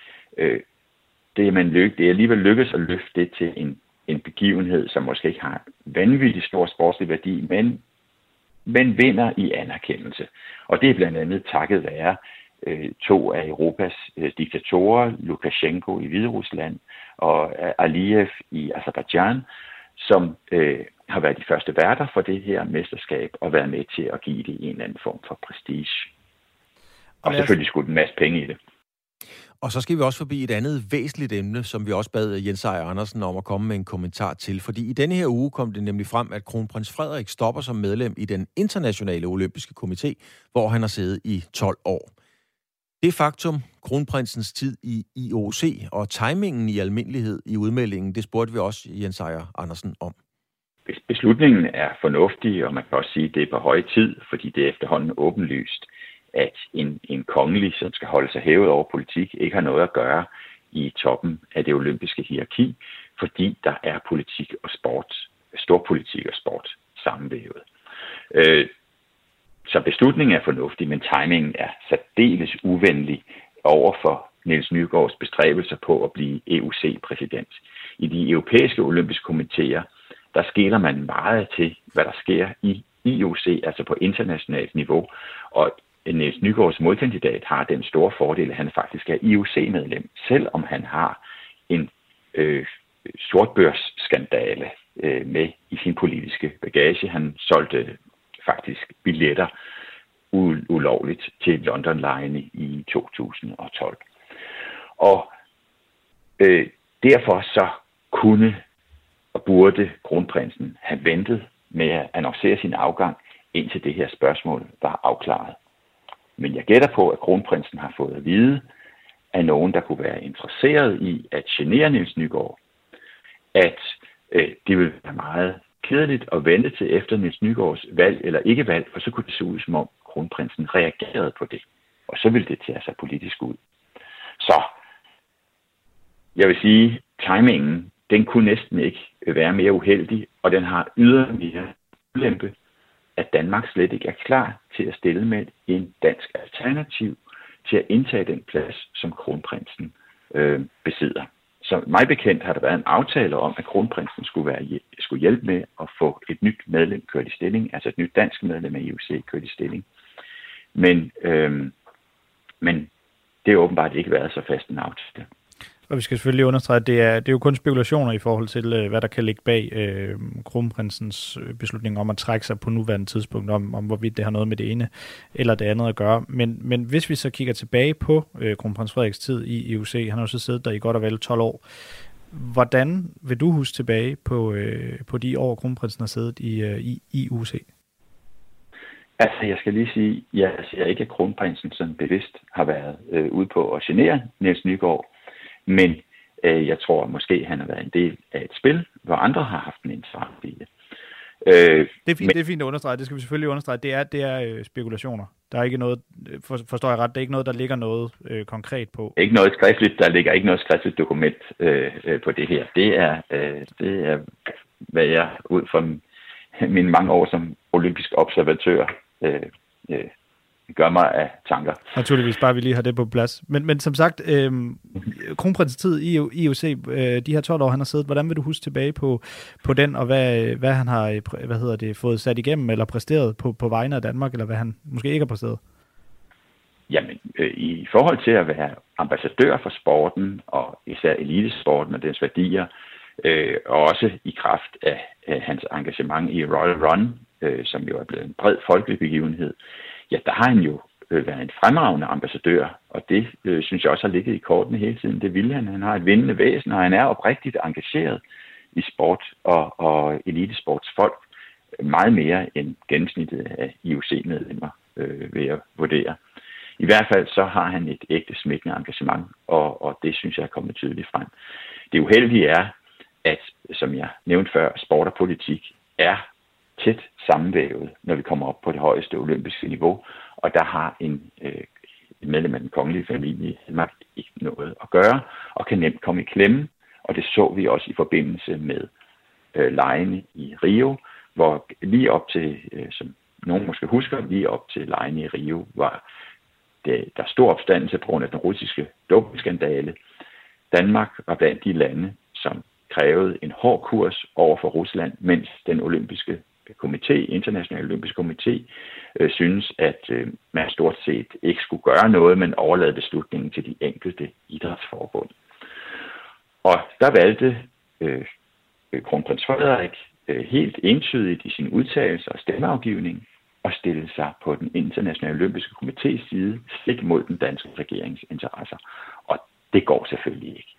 det er alligevel lykkedes at løfte det til en begivenhed, som måske ikke har vanvittig stor sportslig værdi, men vinder i anerkendelse. Og det er blandt andet takket være to af Europas diktatorer, Lukashenko i Hviderusland og Aliyev i Aserbajdsjan, som har været de første værter for det her mesterskab og været med til at give det en eller anden form for prestige. Og selvfølgelig skudt en masse penge i det. Og så skal vi også forbi et andet væsentligt emne, som vi også bad Jens Sejer Andersen om at komme med en kommentar til. Fordi i denne her uge kom det nemlig frem, at kronprins Frederik stopper som medlem i den internationale olympiske komité, hvor han har siddet i 12 år. Det faktum, kronprinsens tid i IOC og timingen i almindelighed i udmeldingen, det spurgte vi også Jens Sejer Andersen om. Beslutningen er fornuftig, og man kan også sige, at det er på høje tid, fordi det er efterhånden åbenlyst, at en kongelig, som skal holde sig hævet over politik, ikke har noget at gøre i toppen af det olympiske hierarki, fordi der er politik og sport, storpolitik og sport sammenvævet. Så beslutningen er fornuftig, men timingen er særdeles uvenlig over for Niels Nygaards bestræbelser på at blive EOC-præsident. I de europæiske olympiske komiteer, der skeler man meget til, hvad der sker i IOC, altså på internationalt niveau. Og Niels Nygaards modkandidat har den store fordel, at han faktisk er IOC-medlem, selvom han har en sortbørsskandale med i sin politiske bagage. Han solgte faktisk billetter ulovligt til London Line i 2012. Og derfor så kunne og burde kronprinsen have ventet med at annoncere sin afgang, indtil det her spørgsmål var afklaret. Men jeg gætter på, at kronprinsen har fået at vide af nogen, der kunne være interesseret i at genere Niels Nygaard, at det ville være meget kedeligt at vente til efter Niels Nygaards valg eller ikke valg, for så kunne det se ud, som om kronprinsen reagerede på det. Og så ville det tage sig politisk ud. Så jeg vil sige, timingen, den kunne næsten ikke være mere uheldig, og den har yderligere ulempe, at Danmark slet ikke er klar til at stille med en dansk alternativ til at indtage den plads, som kronprinsen besidder. Så mig bekendt har der været en aftale om, at kronprinsen skulle hjælpe med at få et nyt medlem kørt i stilling, altså et nyt dansk medlem af IOC kørt i stilling. Men det har åbenbart ikke været så fast en aftale. Og vi skal selvfølgelig understrege, at det er jo kun spekulationer i forhold til, hvad der kan ligge bag kronprinsens beslutning om at trække sig på nuværende tidspunkt, om hvorvidt det har noget med det ene eller det andet at gøre. Men hvis vi så kigger tilbage på kronprins Frederiks tid i IOC, han har jo så siddet der i godt og vel 12 år. Hvordan vil du huske tilbage på de år, kronprinsen har siddet i IOC? Altså, jeg skal lige sige, jeg siger ikke, at kronprinsen sådan bevidst har været ude på at genere Niels Nygaard, men jeg tror måske, han har været en del af et spil, hvor andre har haft en interesse i det. Det er fint at understrege. Det skal vi selvfølgelig understrege. Det er spekulationer. Der er ikke noget, forstår jeg ret, det er ikke noget, der ligger noget konkret på. Ikke noget skriftligt. Der ligger ikke noget skriftligt dokument på det her. Det er hvad jeg ud fra mine mange år som olympisk observatør gør mig af tanker. Naturligvis, bare vi lige har det på plads. Men som sagt, kronprinsens tid i IOC, de her 12 år, han har siddet, hvordan vil du huske tilbage på den, og hvad han har fået sat igennem eller præsteret på vegne af Danmark, eller hvad han måske ikke har præsteret? Jamen, i forhold til at være ambassadør for sporten, og især elitesporten og dens værdier, og også i kraft af hans engagement i Royal Run, som jo er blevet en bred folkelig begivenhed, ja, der har han jo været en fremragende ambassadør, og det synes jeg også har ligget i kortene hele tiden. Det vil han. Han har et vindende væsen, og han er oprigtigt engageret i sport og elitesportsfolk meget mere end gennemsnittet af IOC-medlemmer, vil jeg vurdere. I hvert fald så har han et ægte smækkende engagement, og det synes jeg er kommet tydeligt frem. Det uheldige er, at, som jeg nævnte før, sport og politik er tæt sammenvævet, når vi kommer op på det højeste olympiske niveau, og der har et medlem af den kongelige familie i Danmark ikke noget at gøre, og kan nemt komme i klemme, og det så vi også i forbindelse med legene i Rio, hvor lige op til, som nogen måske husker, lige op til legene i Rio, var der stor opstandelse på grund af den russiske dopingskandale. Danmark var blandt de lande, som krævede en hård kurs over for Rusland, mens den olympiske internationale olympiske komité, synes, at man stort set ikke skulle gøre noget, men overlade beslutningen til de enkelte idrætsforbund. Og der valgte kronprins Frederik helt entydigt i sin udtalelse og stemmeafgivning at stille sig på den internationale olympiske komités side, stik mod den danske regerings interesser. Og det går selvfølgelig ikke.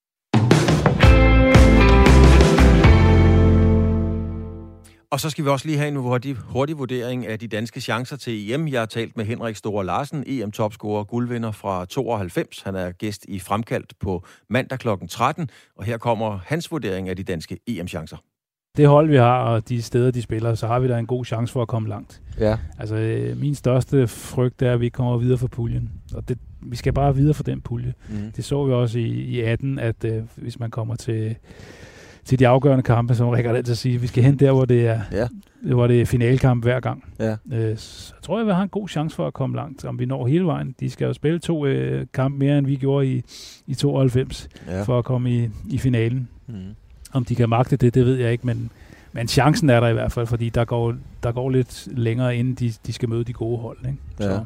Og så skal vi også lige have en hurtig vurdering af de danske chancer til EM. Jeg har talt med Henrik Store Larsen, EM-topscorer, guldvinder fra 92. Han er gæst i Fremkaldt på mandag kl. 13, og her kommer hans vurdering af de danske EM-chancer. Det hold, vi har, og de steder, de spiller, så har vi da en god chance for at komme langt. Ja. Altså, min største frygt er, at vi ikke kommer videre fra puljen. Og vi skal bare videre fra den pulje. Mm. Det så vi også i 18, at hvis man kommer til de afgørende kampe, som Rikard altid siger, vi skal hen der, hvor det er finalekamp hver gang. Ja. Så tror jeg, vi har en god chance for at komme langt, om vi når hele vejen. De skal jo spille 2 kampe mere, end vi gjorde i 92, for at komme i finalen. Mm. Om de kan magte det ved jeg ikke, men chancen er der i hvert fald, fordi der går lidt længere, inden de skal møde de gode hold. Ikke? Så.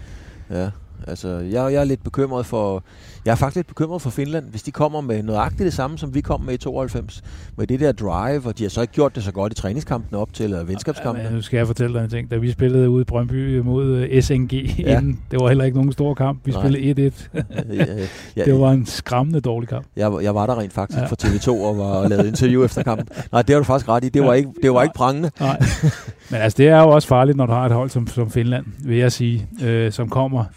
Ja. Altså, jeg er lidt bekymret for... Jeg er faktisk lidt bekymret for Finland, hvis de kommer med nøjagtigt det samme, som vi kom med i 92. Med det der drive, og de har så ikke gjort det så godt i træningskampene op til, eller venskabskampene. Nu skal jeg fortælle dig en ting. Da vi spillede ude i Brøndby mod SNG inden, det var heller ikke nogen stor kamp. Vi spillede 1-1. Det var en skræmmende dårlig kamp. Jeg var der rent faktisk for TV2 og var lavet interview efter kampen. Nej, det har du faktisk ret i. Det var ikke prangende. Nej. Men altså, det er jo også farligt, når du har et hold som Finland, vil jeg sige, som kommer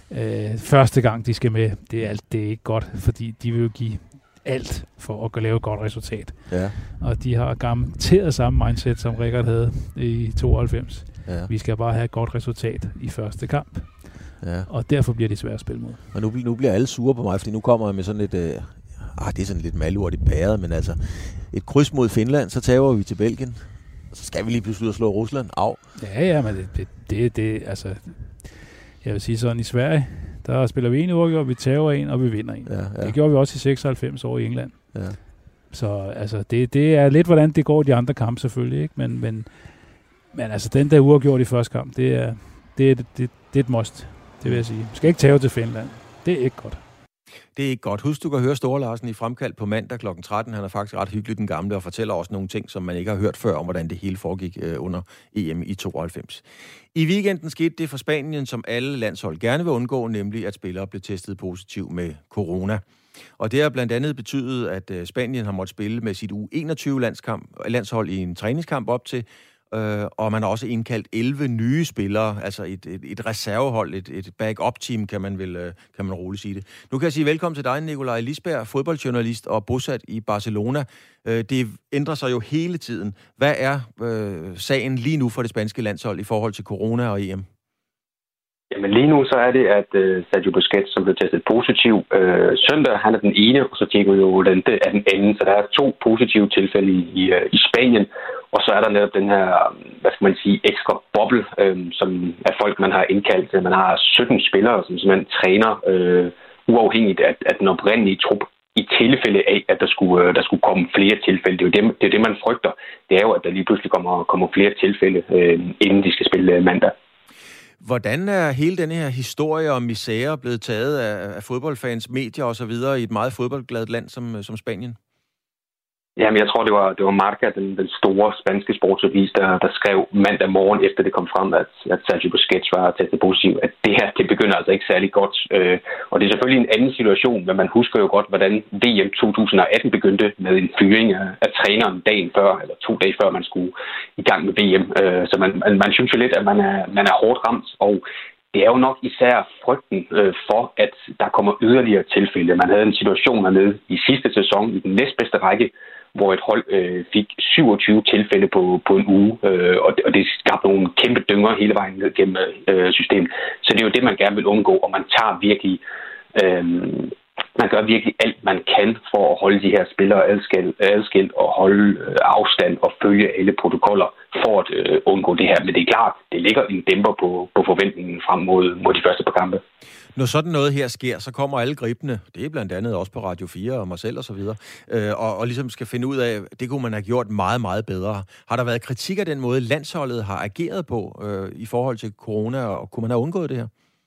første gang, de skal med. Det er ikke godt, fordi de vil jo give alt for at lave et godt resultat. Ja. Og de har garanteret samme mindset, som Rikard havde i 92. Ja. Vi skal bare have et godt resultat i første kamp. Ja. Og derfor bliver de svære at spille mod. Og nu bliver alle sure på mig, fordi nu kommer jeg med sådan et... det er sådan lidt malurt i bæret, men altså et kryds mod Finland, så tager vi til Belgien. Så skal vi lige pludselig ud og slå Rusland. Au. Ja, men det altså... Jeg vil sige sådan, i Sverige, der spiller vi en uafgjort, vi tager en, og vi vinder en. Ja. Det gjorde vi også i 96 år i England. Ja. Så altså, det er lidt, hvordan det går i de andre kampe selvfølgelig, ikke? Men altså, den der uafgjort i første kamp, det er et must, det vil jeg sige. Vi skal ikke tage til Finland. Det er ikke godt. Det er ikke godt. Husk, du kan høre Store Larsen i Fremkaldt på mandag kl. 13. Han er faktisk ret hyggelig, den gamle, og fortæller også nogle ting, som man ikke har hørt før, om hvordan det hele foregik under EM i 92. I weekenden skete det for Spanien, som alle landshold gerne vil undgå, nemlig at spillere blev testet positiv med corona. Og det har blandt andet betydet, at Spanien har måttet spille med sit U21-landshold i en træningskamp op til, og man har også indkaldt 11 nye spillere, altså et reservehold, et back-up-team, kan man roligt sige det. Nu kan jeg sige velkommen til dig, Nikolaj Lisberg, fodboldjournalist og bosat i Barcelona. Det ændrer sig jo hele tiden. Hvad er sagen lige nu for det spanske landshold i forhold til corona og EM? Jamen lige nu så er det, at Sergio Busquets, som blev testet positiv søndag, han er den ene, og så Diego Llorente er den anden. Så der er 2 positive tilfælde i Spanien, og så er der netop den her, hvad skal man sige, ekstra boble, som er folk, man har indkaldt. Man har 17 spillere, som simpelthen træner uafhængigt af den oprindelige trup, i tilfælde af, at der skulle komme flere tilfælde. Det er jo det, man frygter. Det er jo, at der lige pludselig kommer flere tilfælde, inden de skal spille mandag. Hvordan er hele denne her historie om misære blevet taget af fodboldfans, medier og så videre i et meget fodboldgladt land som Spanien? Jamen, jeg tror, det var Marca, den store spanske sportsavis, der skrev mandag morgen, efter det kom frem, at Sergio Busquets var testet positiv, at det her, det begynder altså ikke særlig godt. Og det er selvfølgelig en anden situation, men man husker jo godt, hvordan VM 2018 begyndte med en fyring af træneren dagen før, eller 2 dage før, man skulle i gang med VM. Så man synes jo lidt, at man er hårdt ramt, og det er jo nok især frygten for, at der kommer yderligere tilfælde. Man havde en situation hernede i sidste sæson, i den næstbedste række, hvor et hold fik 27 tilfælde på en uge, og det skabte nogle kæmpe dynger hele vejen ned gennem systemet. Så det er jo det, man gerne vil undgå, og man tager virkelig... Man gør virkelig alt, man kan for at holde de her spillere adskilt og holde afstand og følge alle protokoller for at undgå det her. Men det er klart, det ligger en dæmper på forventningen frem mod de første par kampe. Når sådan noget her sker, så kommer alle gribende, det er blandt andet også på Radio 4 og mig selv og så videre, og ligesom skal finde ud af, det kunne man have gjort meget, meget bedre. Har der været kritik af den måde, landsholdet har ageret på i forhold til corona, og kunne man have undgået det her?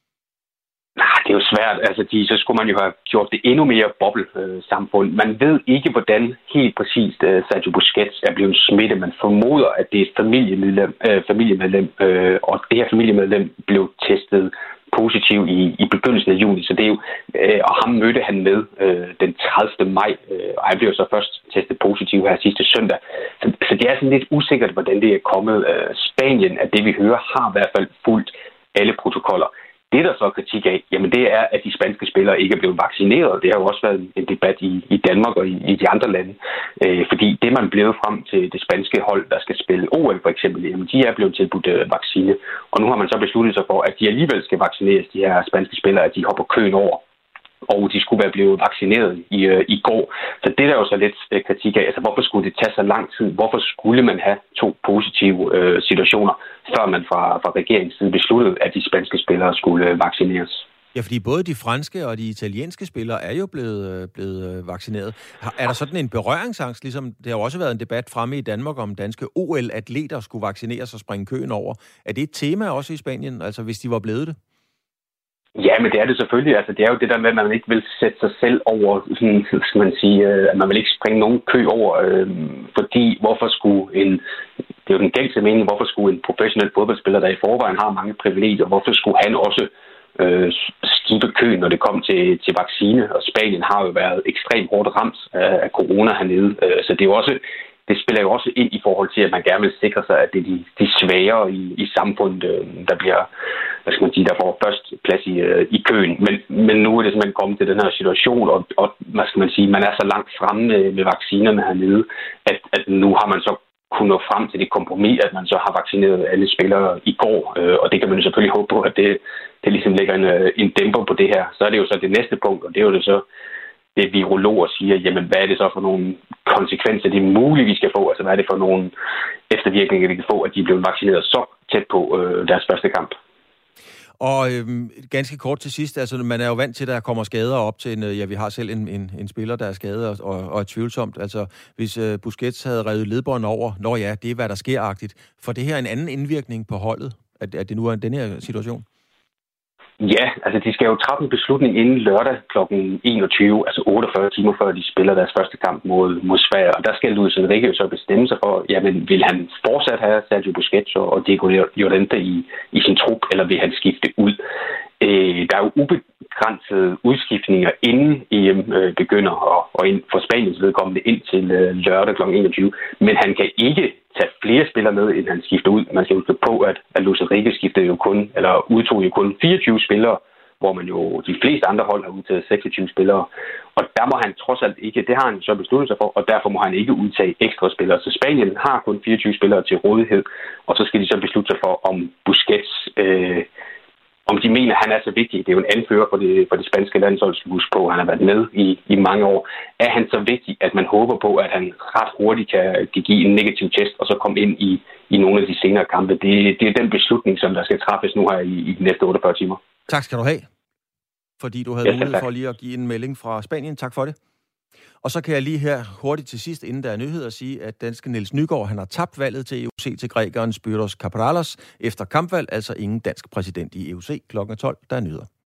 Nej, det er jo svært. Altså, så skulle man jo have gjort det endnu mere boble-samfund. Man ved ikke, hvordan helt præcist Sergio Busquets er blevet smittet. Man formoder, at det er et familiemedlem, og det her familiemedlem blev testet positiv i begyndelsen af juni. Så det er jo, og ham mødte han med den 30. maj, og han blev så først testet positiv her sidste søndag. Så det er sådan lidt usikkert, hvordan det er kommet. Spanien, at det vi hører, har i hvert fald fulgt alle protokoller. Det, der så er kritik af, jamen det er, at de spanske spillere ikke er blevet vaccineret. Det har jo også været en debat i Danmark og i de andre lande. Fordi det, man blev frem til det spanske hold, der skal spille OL for eksempel, jamen de er blevet tilbudt vaccine. Og nu har man så besluttet sig for, at de alligevel skal vaccineres, de her spanske spillere, at de hopper køen over. Og de skulle være blevet vaccineret i går. Så det er der jo så lidt kritik af. Altså, hvorfor skulle det tage så lang tid? Hvorfor skulle man have 2 positive situationer, før man fra regeringens side besluttede, at de spanske spillere skulle vaccineres? Ja, fordi både de franske og de italienske spillere er jo blevet vaccineret. Er der sådan en berøringsangst, ligesom det har også været en debat fremme i Danmark om danske OL-atleter skulle vaccineres og springe køen over? Er det et tema også i Spanien, altså hvis de var blevet det? Ja, men det er det selvfølgelig. Altså, det er jo det der med, at man ikke vil sætte sig selv over, sådan, skal man sige, at man vil ikke springe nogen kø over, fordi hvorfor skulle det er jo den gængse mening, hvorfor skulle en professionel fodboldspiller, der i forvejen har mange privilegier, hvorfor skulle han også skibe køen, når det kom til vaccine? Og Spanien har jo været ekstremt hårdt ramt af corona hernede, så det er jo også... Det spiller jo også ind i forhold til, at man gerne vil sikre sig, at det er de svagere i samfundet, der bliver, hvad skal man sige, der får først plads i køen. Men nu er det simpelthen kommet til den her situation, og hvad skal man sige, man er så langt fremme med vaccinerne hernede, at nu har man så kunnet nå frem til det kompromis, at man så har vaccineret alle spillere i går. Og det kan man jo selvfølgelig håbe på, at det ligesom lægger en dæmper på det her. Så er det jo så det næste punkt, og det er jo det så, det virologer siger, jamen hvad er det så for nogle konsekvenser, det er muligt, vi skal få? Altså hvad er det for nogle eftervirkninger, vi kan få, at de er blevet vaccineret så tæt på deres første kamp? Og ganske kort til sidst, altså man er jo vant til, at der kommer skader op til vi har selv en spiller, der er skadet og er tvivlsomt. Altså hvis Busquets havde revet ledbånd over, det er hvad der sker-agtigt. For det her en anden indvirkning på holdet, at det nu er den her situation? Ja, altså de skal jo træffe en beslutning inden lørdag kl. 21, altså 48 timer før de spiller deres første kamp mod Sverige. Og der skal Luis Enrique så bestemme sig for, jamen vil han fortsat have Sergio Busquets og Diego Llorente i sin trup, eller vil han skifte ud? Der er jo ubegrænsede udskiftninger inden EM begynder, og for Spaniens vedkommende ind til lørdag kl. 21, men han kan ikke tage flere spillere med, end han skifter ud. Man skal huske på, at Luis Enrique udtog jo kun 24 spillere, hvor man jo de fleste andre hold har udtaget 26 spillere. Og der må han trods alt ikke, det har han så besluttet sig for, og derfor må han ikke udtage ekstra spillere. Så Spanien har kun 24 spillere til rådighed, og så skal de så beslutte sig for, om Busquets, om de mener, at han er så vigtig. Det er jo en anfører for det spanske landshold, skal huske på. Han har været med i mange år. Er han så vigtig, at man håber på, at han ret hurtigt kan give en negativ test, og så komme ind i nogle af de senere kampe? Det er den beslutning, som der skal træffes nu her i de næste 48 timer. Tak skal du have, fordi du havde mulighed for lige at give en melding fra Spanien. Tak for det. Og så kan jeg lige her hurtigt til sidst, inden der er nyheder, sige, at danske Niels Nygaard, han har tabt valget til EUC til grækeren Spyros Kapralos efter kampvalg, altså ingen dansk præsident i EUC. Klokken 12, der er nyheder.